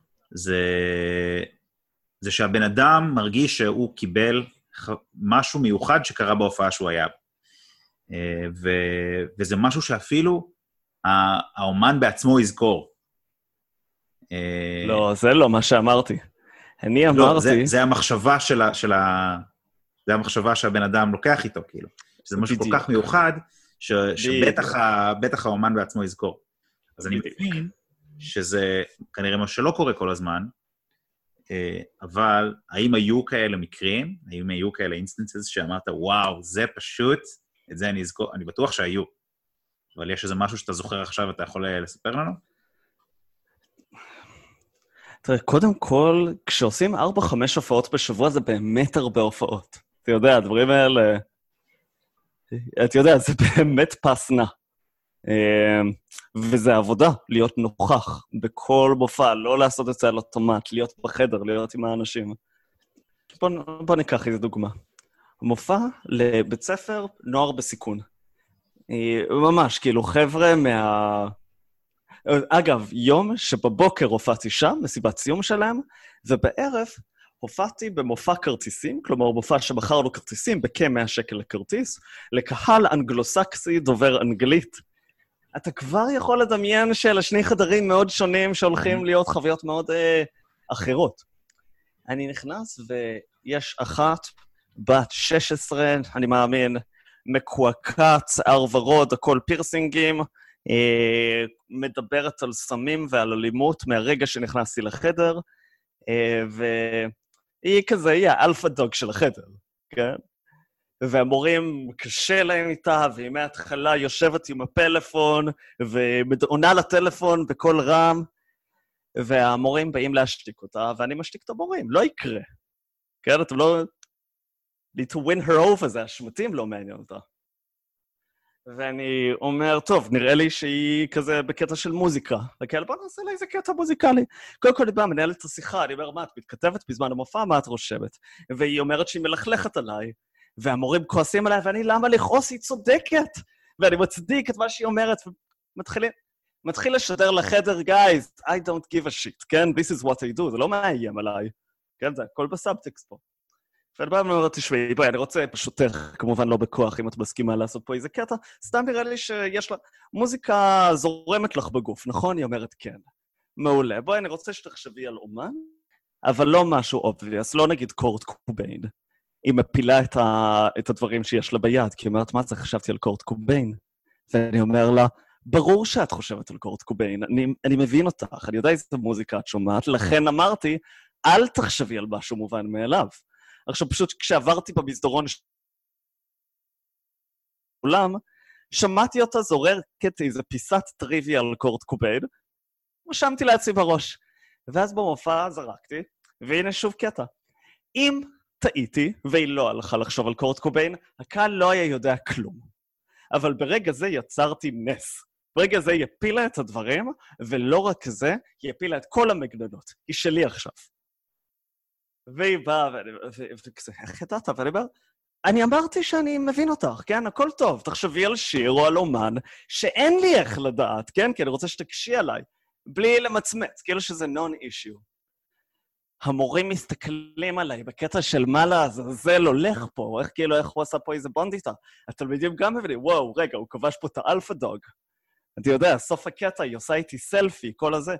זה שהבן אדם מרגיש שהוא קיבל משהו מיוחד שקרה בהופעה שהוא היה. וזה משהו שאפילו האומן בעצמו יזכור. לא, זה לא מה שאמרתי. אני אמרתי... זה המחשבה זה המחשבה שהבן אדם לוקח איתו, כאילו. שזה משהו כל כך מיוחד, שבטח האומן בעצמו יזכור. אז אני מבין שזה כנראה מה שלא קורה כל הזמן, אבל האם היו כאלה מקרים, האם היו כאלה אינסטנסס שאמרת, וואו, זה פשוט, את זה אני אזכור, אני בטוח שהיו. אבל יש איזה משהו שאתה זוכר עכשיו, אתה יכול לספר לנו? תראה, קודם כל, כשעושים 4-5 הופעות בשבוע, זה באמת הרבה הופעות. אתה יודע, הדברים האלה... אתה יודע, זה באמת פסנה. וזה עבודה, להיות נוכח בכל מופע, לא לעשות את זה על אוטומט, להיות בחדר, להיות עם האנשים. בוא ניקח איזו דוגמה. מופע לבית ספר, נוער בסיכון. ממש, כאילו, חבר'ה אגב, יום שבבוקר הופעתי שם, מסיבת סיום שלהם, ובערב הופעתי במופע כרטיסים, כלומר, מופע שבחרנו כרטיסים בכ-100 שקל לכרטיס, לקהל אנגלוסקסי דובר אנגלית. אתה כבר יכול לדמיין שאלה שני חדרים מאוד שונים שהולכים להיות חוויות מאוד אחרות. אני נכנס ויש אחת, בת 16, אני מאמין, מקועקעת, שיער ורוד, הכל פירסינגים, מדברת על סמים ועל אלימות מהרגע שנכנסתי לחדר, והיא כזה, היא האלפא דוג של החדר, כן? והמורים קשה להם איתה, והיא מההתחלה יושבת עם הפלאפון, ועונה לטלפון בכל רם, והמורים באים להשתיק אותה, ואני משתיק את המורים, לא יקרה. כן, אתם לא... need to win her over, זה השמטים לא מעניין אותה. ואני אומר, טוב, נראה לי שהיא כזה בקטע של מוזיקה. וכאלה, בוא נעשה לה איזה קטע מוזיקלי. קודם כל, אני באה, מנהלת את השיחה, אני אומר, מה, את מתכתבת בזמן המופע, מה את רושמת? והיא אומרת שהיא מלכלכת עליי, והמורים כועסים עליי, ואני, למה לכעוס? היא צודקת. ואני מצדיק את מה שהיא אומרת, ומתחיל לשדר לחדר, guys, I don't give a shit, כן? This is what I do, זה לא מאיים עליי. כן, זה הכל בסאבטקסט פה. ואני בא ואומר, תשמעי, בואי, אני רוצה פשוטך, כמובן לא בכוח, אם את מסכימה לעשות פה איזה קטע, סתם נראה לי שיש לה... מוזיקה זורמת לך בגוף, נכון? היא אומרת כן. מעולה. בואי, אני רוצה שתחשבי על אומן, אבל לא משהו obvious, לא נגיד קורט קוביין. היא מפילה את הדברים שיש לה ביד, כי היא אומרת, מה זה, חשבתי על קורט קוביין? ואני אומר לה, ברור שאת חושבת על קורט קוביין, אני מבין אותך, אני יודע איזה מוזיקה את שומעת, לכן אמרתי, אל תחשבי על משהו מובן מאליו. עכשיו, פשוט כשעברתי במסדרון עולם, שמעתי אותה זורקת איזה פיסת טריוויה על קורט קוביין, ושמתי לעצמי בראש. ואז במופע זרקתי, והנה שוב קטע. אם טעיתי, והיא לא הלכה לחשוב על קורט קוביין, הקהל לא היה יודע כלום. אבל ברגע זה יצרתי נס. ברגע זה היא הפילה את הדברים, ולא רק זה, היא הפילה את כל המגננות. היא שלי עכשיו. והיא באה, איך ידעת? ואני אומר, אני אמרתי שאני מבין אותך, כן? הכל טוב, תחשבי על שיר או על אומן, שאין לי איך לדעת, כן? כי אני רוצה שתקשי עליי, בלי למצמץ, כאילו שזה non-issue. המורים מסתכלים עליי בקטע של מה לעזאזל הולך פה, איך הוא עשה פה איזה בונד איתה. התלמידים גם מבינים, וואו, רגע, הוא כבש פה את האלפא דוג. אתה יודע, סוף הקטע, היא עושה איתי סלפי, כל הזה.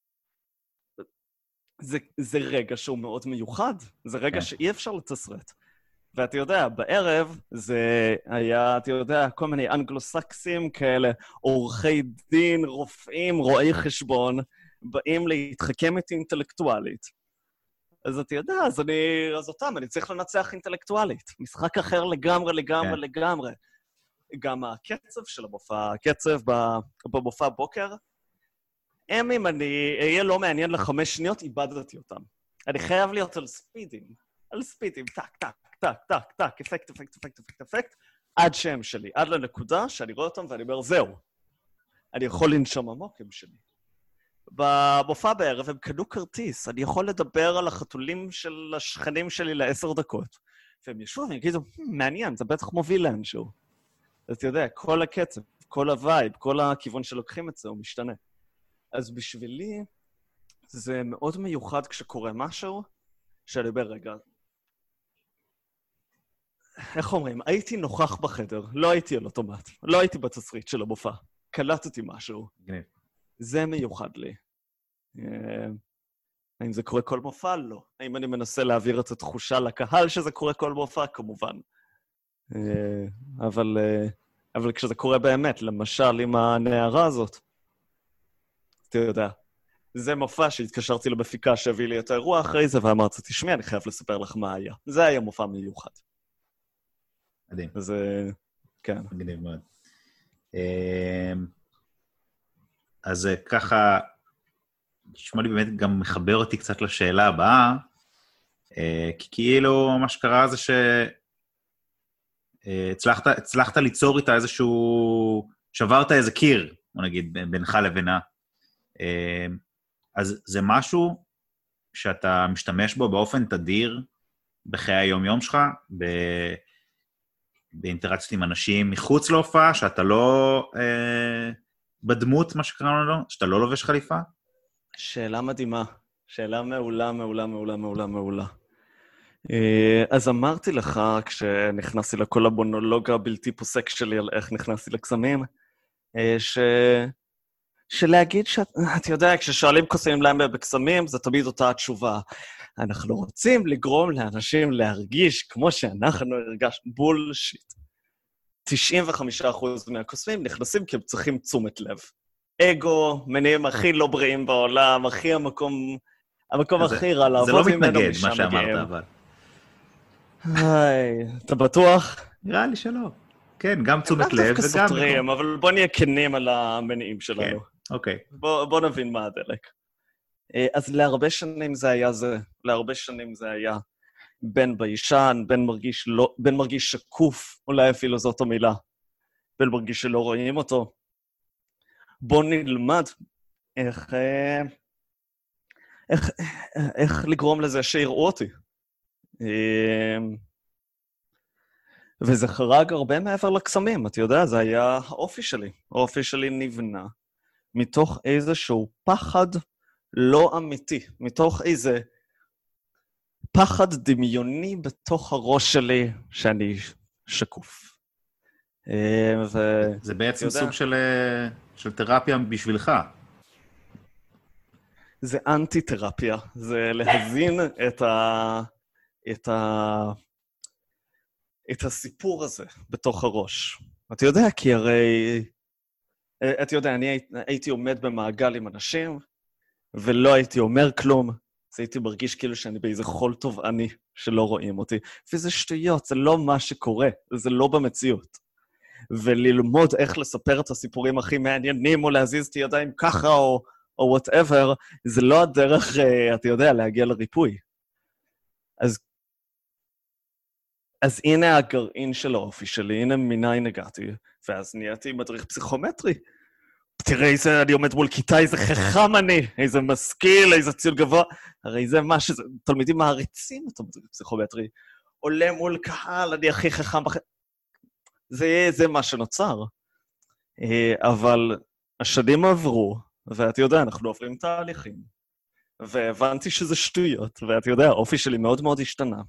זה רגע שהוא מאוד מיוחד, זה רגע שאי אפשר לתסרט. ואתה יודע, בערב זה היה, אתה יודע, כל מיני אנגלוסקסים כאלה, עורכי דין, רופאים, רואי חשבון, באים להתחכם איתי אינטלקטואלית. אז אתה יודע, אז אותם, אני צריך לנצח אינטלקטואלית. משחק אחר לגמרי. גם הקצב של המופע, הקצב במופע בוקר, אם אני אהיה לא מעניין ל5 שניות, איבדתי אותם. אני חייב להיות על ספידים, טק, טק, טק, טק, טק, אפקט, עד שהם שלי, עד לנקודה שאני רואה אותם ואני אומר, זהו, אני יכול לנשום עמוק, הם שלי. במופע בערב הם קנו כרטיס, אני יכול לדבר על החתולים של השכנים שלי ל10 דקות, והם ישבו והם יגידו, מעניין, זה בטח מוביל לאנשהו. אז אתה יודע, כל הקצב, כל הווייב, כל הכיוון שלוקחים את זה, הוא משתנה. אז בשבילי זה מאוד מיוחד כשקורה משהו, שאני אומר, רגע, איך אומרים? הייתי נוכח בחדר, לא הייתי על אוטומט, לא הייתי בתסריט של המופע, קלטתי משהו. זה מיוחד לי. האם זה קורה כל מופע? לא. האם אני מנסה להעביר את התחושה לקהל שזה קורה כל מופע? כמובן. אבל כשזה קורה באמת, למשל עם הנערה הזאת, אתה יודע, זה מופע שהתקשרתי למפיקה שהביא לי את האירוע אחרי זה, ואמרתי, תשמעי, אני חייב לספר לך מה היה. זה היה מופע מיוחד. מדהים. אז כן. מגניב מאוד. אז ככה, נשמע לי באמת גם מחבר אותי קצת לשאלה הבאה, כי כאילו מה שקרה זה שהצלחת ליצור איתה איזשהו, שברת איזה קיר, בוא נגיד, בינך לבינה. אז זה משהו שאתה משתמש בו באופן תדיר בחיי היום-יום שלך, באינטראקציות עם אנשים מחוץ להופעה, שאתה לא בדמות, מה שקראנו לו, שאתה לא לובש חליפה? שאלה מדהימה. שאלה מעולה, מעולה, מעולה, מעולה, מעולה. אז אמרתי לך, כשנכנסתי לכל המונולוג הבלתי פוסק שלי על איך נכנסתי לקסמים, שלהגיד אתה יודע, כששואלים קוסמים להם בקסמים, זה תמיד אותה התשובה. אנחנו רוצים לגרום לאנשים להרגיש כמו שאנחנו הרגש בולשיט. 95% מהקוסמים נכנסים כי הם צריכים תשומת לב. אגו, מניעים הכי לא בריאים בעולם, הכי המקום הכי רע לעבוד ממנו. זה לא מתנגד, מה שאמרת, אבל. היי, אתה בטוח? נראה לי שלא. כן, גם תשומת לב וגם... סותרים, אבל בוא נהיה כנים על המניעים שלנו. כן, אוקיי. בוא נבין מה הדלק. אז להרבה שנים זה היה זה. להרבה שנים זה היה בן ביישן, בן מרגיש שקוף, אולי אפילו זאת המילה. בן מרגיש שלא רואים אותו. בוא נלמד איך לגרום לזה שיראו אותי. וזה חרג הרבה מעבר לקסמים, אתה יודע, זה היה האופי שלי. האופי שלי נבנה מתוך איזשהו פחד לא אמיתי, מתוך איזה פחד דמיוני בתוך הראש שלי שאני שקוף. זה בעצם סוג של תרפיה בשבילך. זה אנטי-תרפיה, זה להבין את הסיפור הזה בתוך הראש. אתה יודע, כי הרי... אתה יודע, אני הייתי עומד במעגל עם אנשים, ולא הייתי אומר כלום, אז הייתי מרגיש כאילו שאני באיזה חול תובעני שלא רואים אותי. וזה שטויות, זה לא מה שקורה, זה לא במציאות. וללמוד איך לספר את הסיפורים הכי מעניינים, או להזיז את ידיים ככה, או whatever, זה לא הדרך, אתה יודע, להגיע לריפוי. אז הנה הגרעין של האופי שלי, הנה מניין הגעתי, ואז נהייתי מדריך פסיכומטרי. תראה איזה, אני עומד מול כיתה, איזה חכם אני, איזה משכיל, איזה ציון גבוה. הרי זה מה שזה, תלמידים מעריצים את המדריך פסיכומטרי. עולה מול קהל, אני הכי חכם זה מה שנוצר. אבל השנים עברו, ואתה יודע, אנחנו עוברים תהליכים, והבנתי שזה שטויות, ואתה יודע, האופי שלי מאוד מאוד השתנה.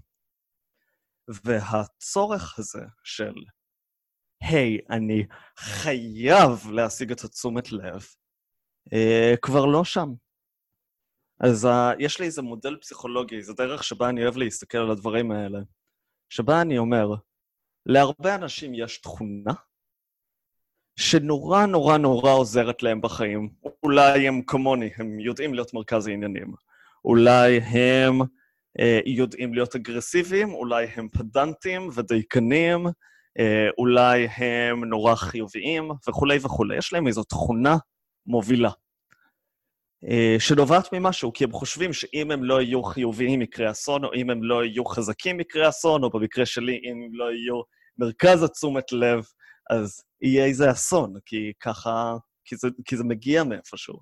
והצורך הזה של, היי, אני חייב להשיג את התשומת לב, כבר לא שם. אז יש לי איזה מודל פסיכולוגי, זו דרך שבה אני אוהב להסתכל על הדברים האלה, שבה אני אומר, להרבה אנשים יש תכונה, שנורא נורא נורא עוזרת להם בחיים. אולי הם כמוני, הם יודעים להיות מרכז העניינים. אולי הם יודעים להיות אגרסיביים, אולי הם פדנטים ודייקנים, אולי הם נורא חיוביים וכולי וכולי. יש להם איזו תכונה מובילה, שנובעת ממשהו, כי הם חושבים שאם הם לא יהיו חיוביים יקרה אסון, או אם הם לא יהיו חזקים יקרה אסון, או במקרה שלי, אם הם לא יהיו מרכז התשומת לב, אז יהיה איזה אסון, כי ככה, כי זה מגיע מאיפשהו.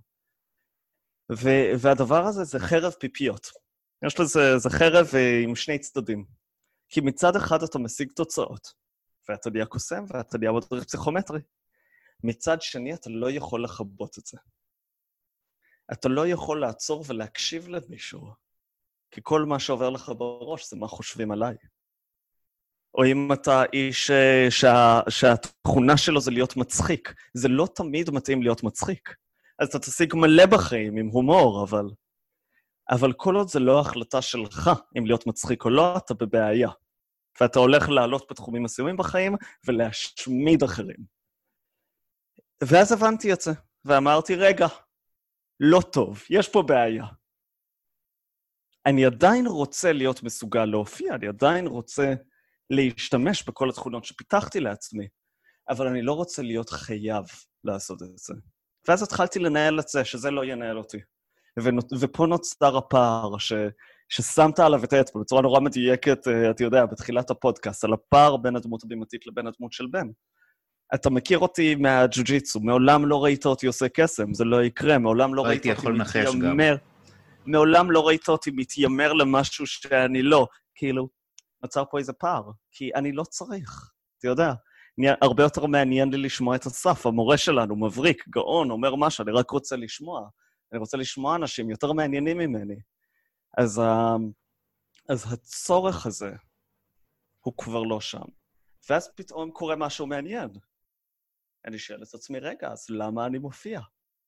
והדבר הזה זה חרב פיפיות. יש לזה, זה חרב עם שני צדדים. כי מצד אחד אתה משיג תוצאות, ואתה נהיה קוסם, ואתה נהיה מדריך פסיכומטרי. מצד שני אתה לא יכול לחבות את זה. אתה לא יכול לעצור ולהקשיב למישהו, כי כל מה שעובר לך בראש זה מה חושבים עליי. או אם אתה איש שהתכונה שלו זה להיות מצחיק, זה לא תמיד מתאים להיות מצחיק. אז אתה תשיג מלא בחיים עם הומור, אבל כל עוד זה לא החלטה שלך אם להיות מצחיק או לא, אתה בבעיה. ואתה הולך לעלות בתחומים מסוימים בחיים ולהשמיד אחרים. ואז הבנתי את זה, ואמרתי, רגע, לא טוב, יש פה בעיה. אני עדיין רוצה להיות מסוגל להופיע, אני עדיין רוצה להשתמש בכל התכונות שפיתחתי לעצמי, אבל אני לא רוצה להיות חייב לעשות את זה. ואז התחלתי לנהל את זה, שזה לא ינהל אותי. ופה נוצר הפער ששמת עליו את האצבע, בצורה נורא מדויקת, אתה יודע, בתחילת הפודקאסט, על הפער בין הדמות הבימתית לבין הדמות של בן. אתה מכיר אותי מהג'ו-ג'יטסו, מעולם לא ראית אותי עושה קסם, זה לא יקרה, מעולם לא ראית אותי מתיימר, מעולם לא ראית אותי מתיימר למשהו שאני לא, כאילו, נוצר פה איזה פער, כי אני לא צריך, אתה יודע, הרבה יותר מעניין לי לשמוע את אסף, המורה שלנו, מבריק, גאון, אומר משהו, אני רק רוצה לשמוע, אני רוצה לשמוע אנשים יותר מעניינים ממני. אז הצורך הזה הוא כבר לא שם. ואז פתאום קורה משהו מעניין. אני שואל את עצמי, רגע, אז למה אני מופיע?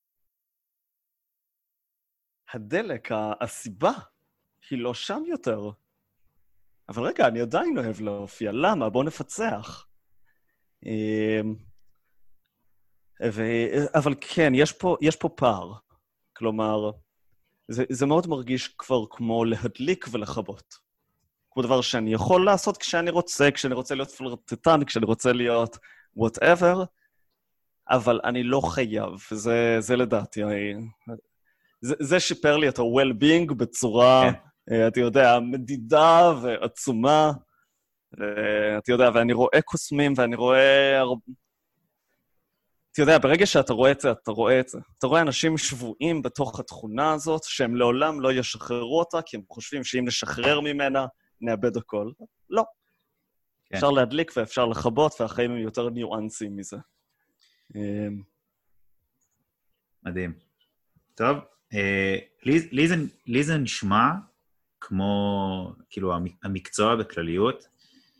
הדלק, הסיבה, היא לא שם יותר. אבל רגע, אני עדיין אוהב להופיע. למה? בוא נפצח. אבל כן, יש פה פער. כלומר, זה מאוד מרגיש כבר כמו להדליק ולחבות. כמו דבר שאני יכול לעשות כשאני רוצה להיות פלרטטן, כשאני רוצה להיות whatever, אבל אני לא חייב, זה לדעתי. זה שיפר לי את ה-well-being בצורה, אתה יודע, מדידה ועצומה, אתה יודע, ואני רואה קוסמים, ואני רואה... אתה יודע, ברגע שאתה רואה את זה, אתה רואה את זה. אתה רואה אנשים שבועים בתוך התכונה הזאת, שהם לעולם לא ישחררו אותה, כי הם חושבים שאם נשחרר ממנה, נאבד הכל. לא. כן. אפשר להדליק ואפשר לחבות, והחיים הם יותר ניואנסים מזה. מדהים. טוב, לי זה נשמע כמו, כאילו, המקצוע בכלליות,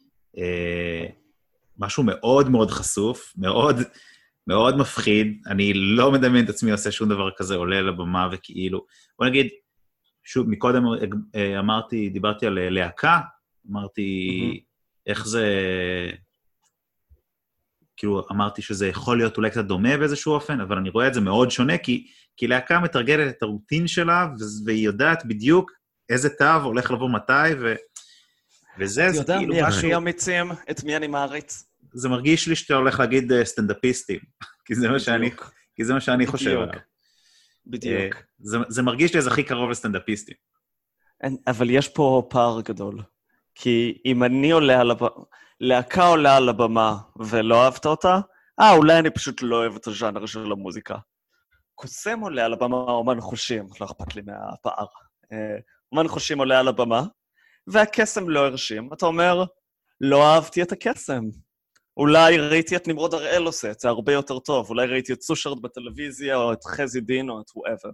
משהו מאוד מאוד חשוף, מאוד... מאוד מפחיד, אני לא מדמיין את עצמי עושה שום דבר כזה, עולה לבמה וכאילו, בוא נגיד, שוב, מקודם דיברתי על להקה, אמרתי איך זה, כאילו אמרתי שזה יכול להיות אולי קצת דומה באיזשהו אופן, אבל אני רואה את זה מאוד שונה, כי להקה מתרגלת את הרוטין שלה, והיא יודעת בדיוק איזה תו הולך לבוא מתי, וזה זה כאילו משהו... הכי אמיצים, את מי אני מעריץ? זה מרגיש לי שאתה הולך להגיד סטנדאפיסטים, כי זה מה שאני חושב עליו. בדיוק. זה מרגיש לי זה הכי קרוב לסטנדאפיסטים. אבל יש פה פער גדול. כי אם אני עולה על הבמה, להקה עולה על הבמה ולא אהבת אותה, אולי אני פשוט לא אוהב את הז'אנר של המוזיקה. קוסם עולה על הבמה, אומן חושים, לא אכפת לי מהפער. אומן חושים עולה על הבמה, והקסם לא הרשים. אתה אומר, לא אהבתי את הקסם. אולי ראיתי את נמרוד הראל עושה, זה הרבה יותר טוב. אולי ראיתי את סושרד בטלוויזיה, או את חזי דין, או את whoever.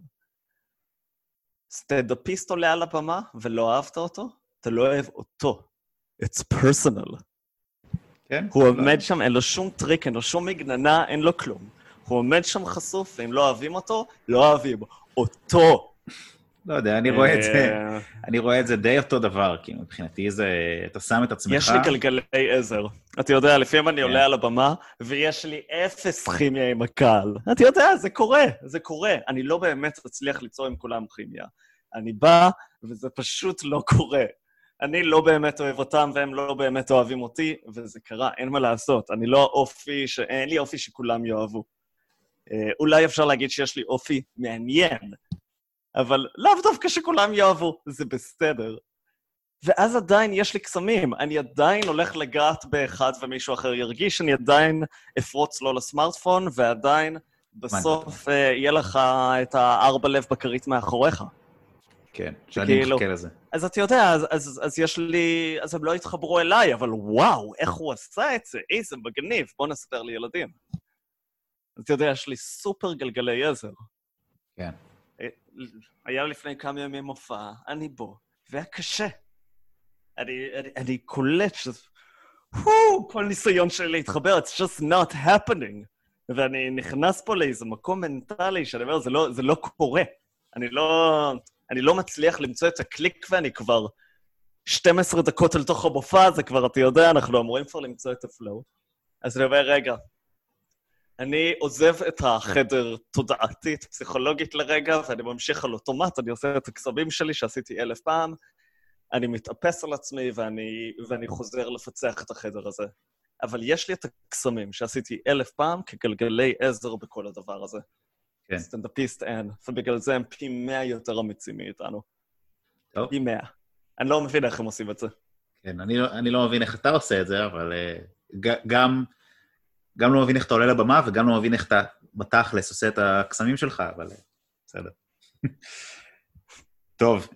סטנדאפיסט עולה על הבמה, ולא אהבת אותו, אתה לא אוהב אותו. It's personal. כן? הוא עומד שם, אין לו שום טריק, אין לו שום מגננה, אין לו כלום. הוא עומד שם חשוף, ואם לא אוהבים אותו, לא אוהבים אותו. לא יודע, אני רואה את זה די אותו דבר, כי מבחינתי זה, אתה שם את עצמך... יש לי גלגלי עזר. אתה יודע, לפעמים אני עולה על הבמה, ויש לי 0 כימיה עם הקהל. אתה יודע, זה קורה. אני לא באמת אצליח ליצור עם כולם כימיה. אני בא, וזה פשוט לא קורה. אני לא באמת אוהב אותם, והם לא באמת אוהבים אותי, וזה קרה, אין מה לעשות. אני לא אין לי אופי שכולם יאהבו. אולי אפשר להגיד שיש לי אופי מעניין, אבל לאו דווקא שכולם יאהבו, זה בסדר. ואז עדיין יש לי קסמים, אני עדיין הולך לגעת באחד ומישהו אחר ירגיש, אני עדיין אפרוץ לו לסמארטפון, ועדיין בסוף יהיה לך את 4 לב בכרית מאחוריך. כן, שאני מחכה לזה. אז אתה יודע, אז יש לי, אז הם לא יתחברו אליי, אבל וואו, איך הוא עשה את זה? איזה מגניב, בוא נספר לי ילדים. אז אתה יודע, יש לי סופר גלגלי עזר. כן. היה לפני כמה ימים מופע, אני בו, והיה קשה. אני קולט שזה... כל ניסיון שלי להתחבר, it's just not happening. ואני נכנס פה לאיזה מקום מנטלי, שאני אומר, זה לא קורה. אני לא מצליח למצוא את הקליק, ואני כבר 12 דקות אל תוך המופע, זה כבר, אתה יודע, אנחנו אמורים כבר למצוא את הפלואו. אז אני אומר, רגע, אני עוזב את החדר תודעתית, פסיכולוגית לרגע, ואני ממשיך על אוטומט, אני עושה את הקסמים שלי שעשיתי 1000 פעם, אני מתאפס על עצמי ואני חוזר לפצח את החדר הזה. אבל יש לי את הקסמים שעשיתי 1000 פעם כגלגלי עזר בכל הדבר הזה. כן. סטנדאפיסט אין, ובגלל זה הם פי 100 יותר אמיצים מאיתנו. טוב. פי 100. אני לא מבין איך הם עושים את זה. כן, אני לא מבין איך אתה עושה את זה, אבל גם לא מבין איך אתה עולה לבמה, וגם לא מבין איך אתה בתכלס עושה את הקסמים שלך, אבל בסדר. טוב,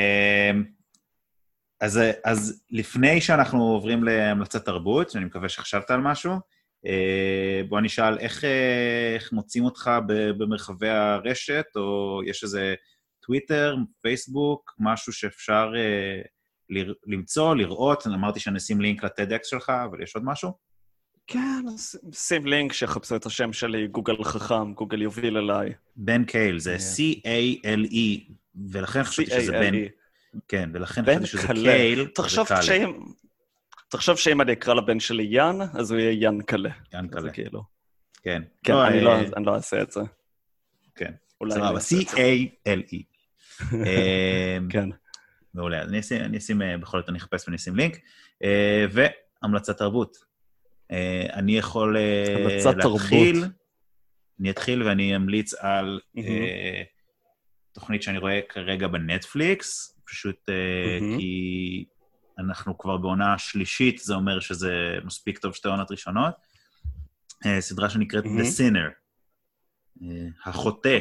אז לפני שאנחנו עוברים להמלצת תרבות, שאני מקווה שחשבת על משהו, בוא נשאל איך מוצאים אותך במרחבי הרשת, או יש איזה טוויטר, פייסבוק, משהו שאפשר למצוא, לראות, אמרתי שאני אשים לינק לטדקס שלך, אבל יש עוד משהו? כן, שים לינק שיחפשו את השם שלי, גוגל חכם, גוגל יוביל אליי. בן קייל, זה C-A-L-E, ולכן חשבתי שזה בן... כן, ולכן חשבתי שזה קייל, תחשוב שאם אני אקרא לבן שלי יאן, אז הוא יהיה יאן קלה. יאן קלה. כן, אני לא אעשה את זה. כן, סבבה, C-A-L-E. כן. מעולה, אני אשים, בכל זאת אני אחפש ואני אשים לינק, והמלצת תרבות. אני יכול להתחיל, אני אתחיל ואני אמליץ על תוכנית שאני רואה כרגע בנטפליקס, פשוט כי אנחנו כבר בעונה שלישית, זה אומר שזה מספיק טוב 2 עונות ראשונות, סדרה שנקראת The Sinner, החוטא.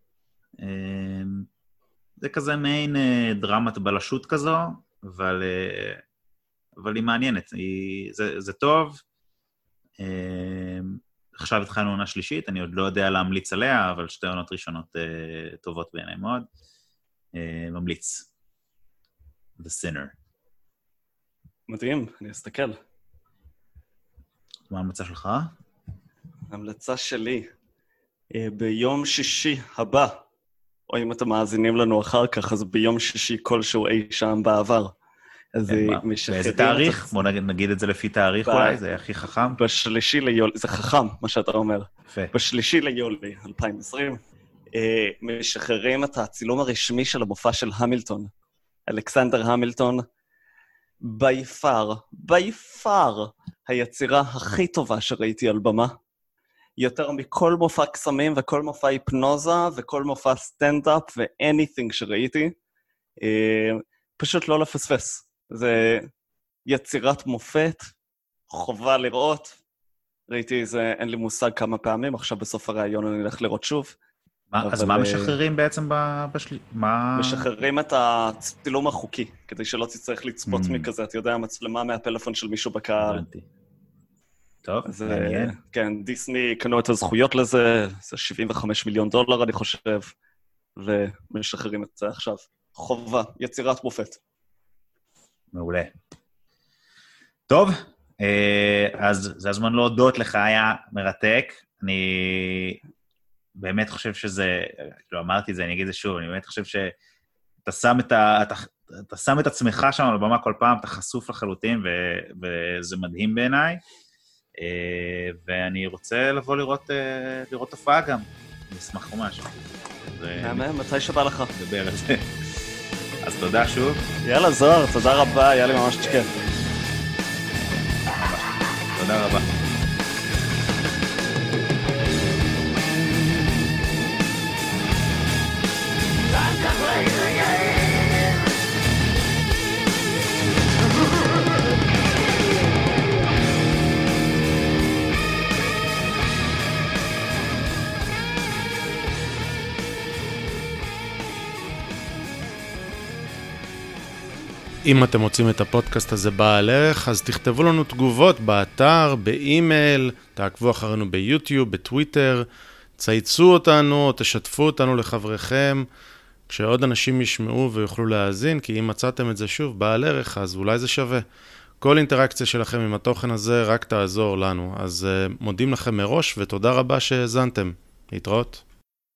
זה כזה מעין דרמת בלשות כזו, אבל היא מעניינת, זה טוב. עכשיו התחלנו עונה שלישית, אני עוד לא יודע להמליץ עליה, אבל 2 עונות ראשונות טובות בעיניי מאוד. ממליץ. The Sinner. מדהים, אני אסתכל. מה ההמלצה שלך? ההמלצה שלי, ביום שישי הבא, או אם אתם מאזינים לנו אחר כך, אז ביום שישי כלשהו אי שם בעבר. באיזה תאריך? בוא נגיד את זה לפי תאריך אולי, זה הכי חכם. בשלישי ליולי, זה חכם, מה שאתה אומר. בשלישי ליולי 2020, משחררים את הצילום הרשמי של המופע של המילטון. אלכסנדר המילטון, ביפר, היצירה הכי טובה שראיתי על במה. יותר מכל מופע קסמים וכל מופע היפנוזה וכל מופע סטנדאפ ו-anything שראיתי. פשוט לא לפספס. זה יצירת מופת, חובה לראות. ראיתי איזה, אין לי מושג כמה פעמים, עכשיו בסוף הרעיון אני אלך לראות שוב. אז מה משחררים בעצם משחררים את הצילום החוקי, כדי שלא תצטרך לצפות מכזה, אתה יודע, המצלמה מהפלאפון של מישהו בקהל. טוב, מעניין. כן, דיסני קנו את הזכויות לזה, זה $75 מיליון, אני חושב, ומשחררים את זה עכשיו. חובה, יצירת מופת. מעולה. טוב, אז זה הזמן להודות לך, היה מרתק. אני באמת חושב שזה, לא אמרתי את זה, אני אגיד את זה שוב, אני באמת חושב שאתה שם את עצמך שם על הבמה כל פעם, אתה חשוף לחלוטין, וזה מדהים בעיניי. ואני רוצה לבוא לראות תופעה גם. אני אשמח ממש. מתי שבא לך? נדבר על זה. אז תודה שוב. יאללה זוהר, תודה רבה, היה לי ממש כיף. תודה רבה. אם אתם רוצים את הפודקאסט הזה בעל ערך, אז תכתבו לנו תגובות באתר, באימייל, תעקבו אחרינו ביוטיוב, בטוויטר, צייצו אותנו, או תשתפו אותנו לחבריכם, כשעוד אנשים ישמעו ויוכלו להאזין, כי אם מצאתם את זה שוב בעל ערך, אז אולי זה שווה. כל אינטראקציה שלכם עם התוכן הזה רק תעזור לנו. אז מודים לכם מראש, ותודה רבה שהאזנתם. להתראות.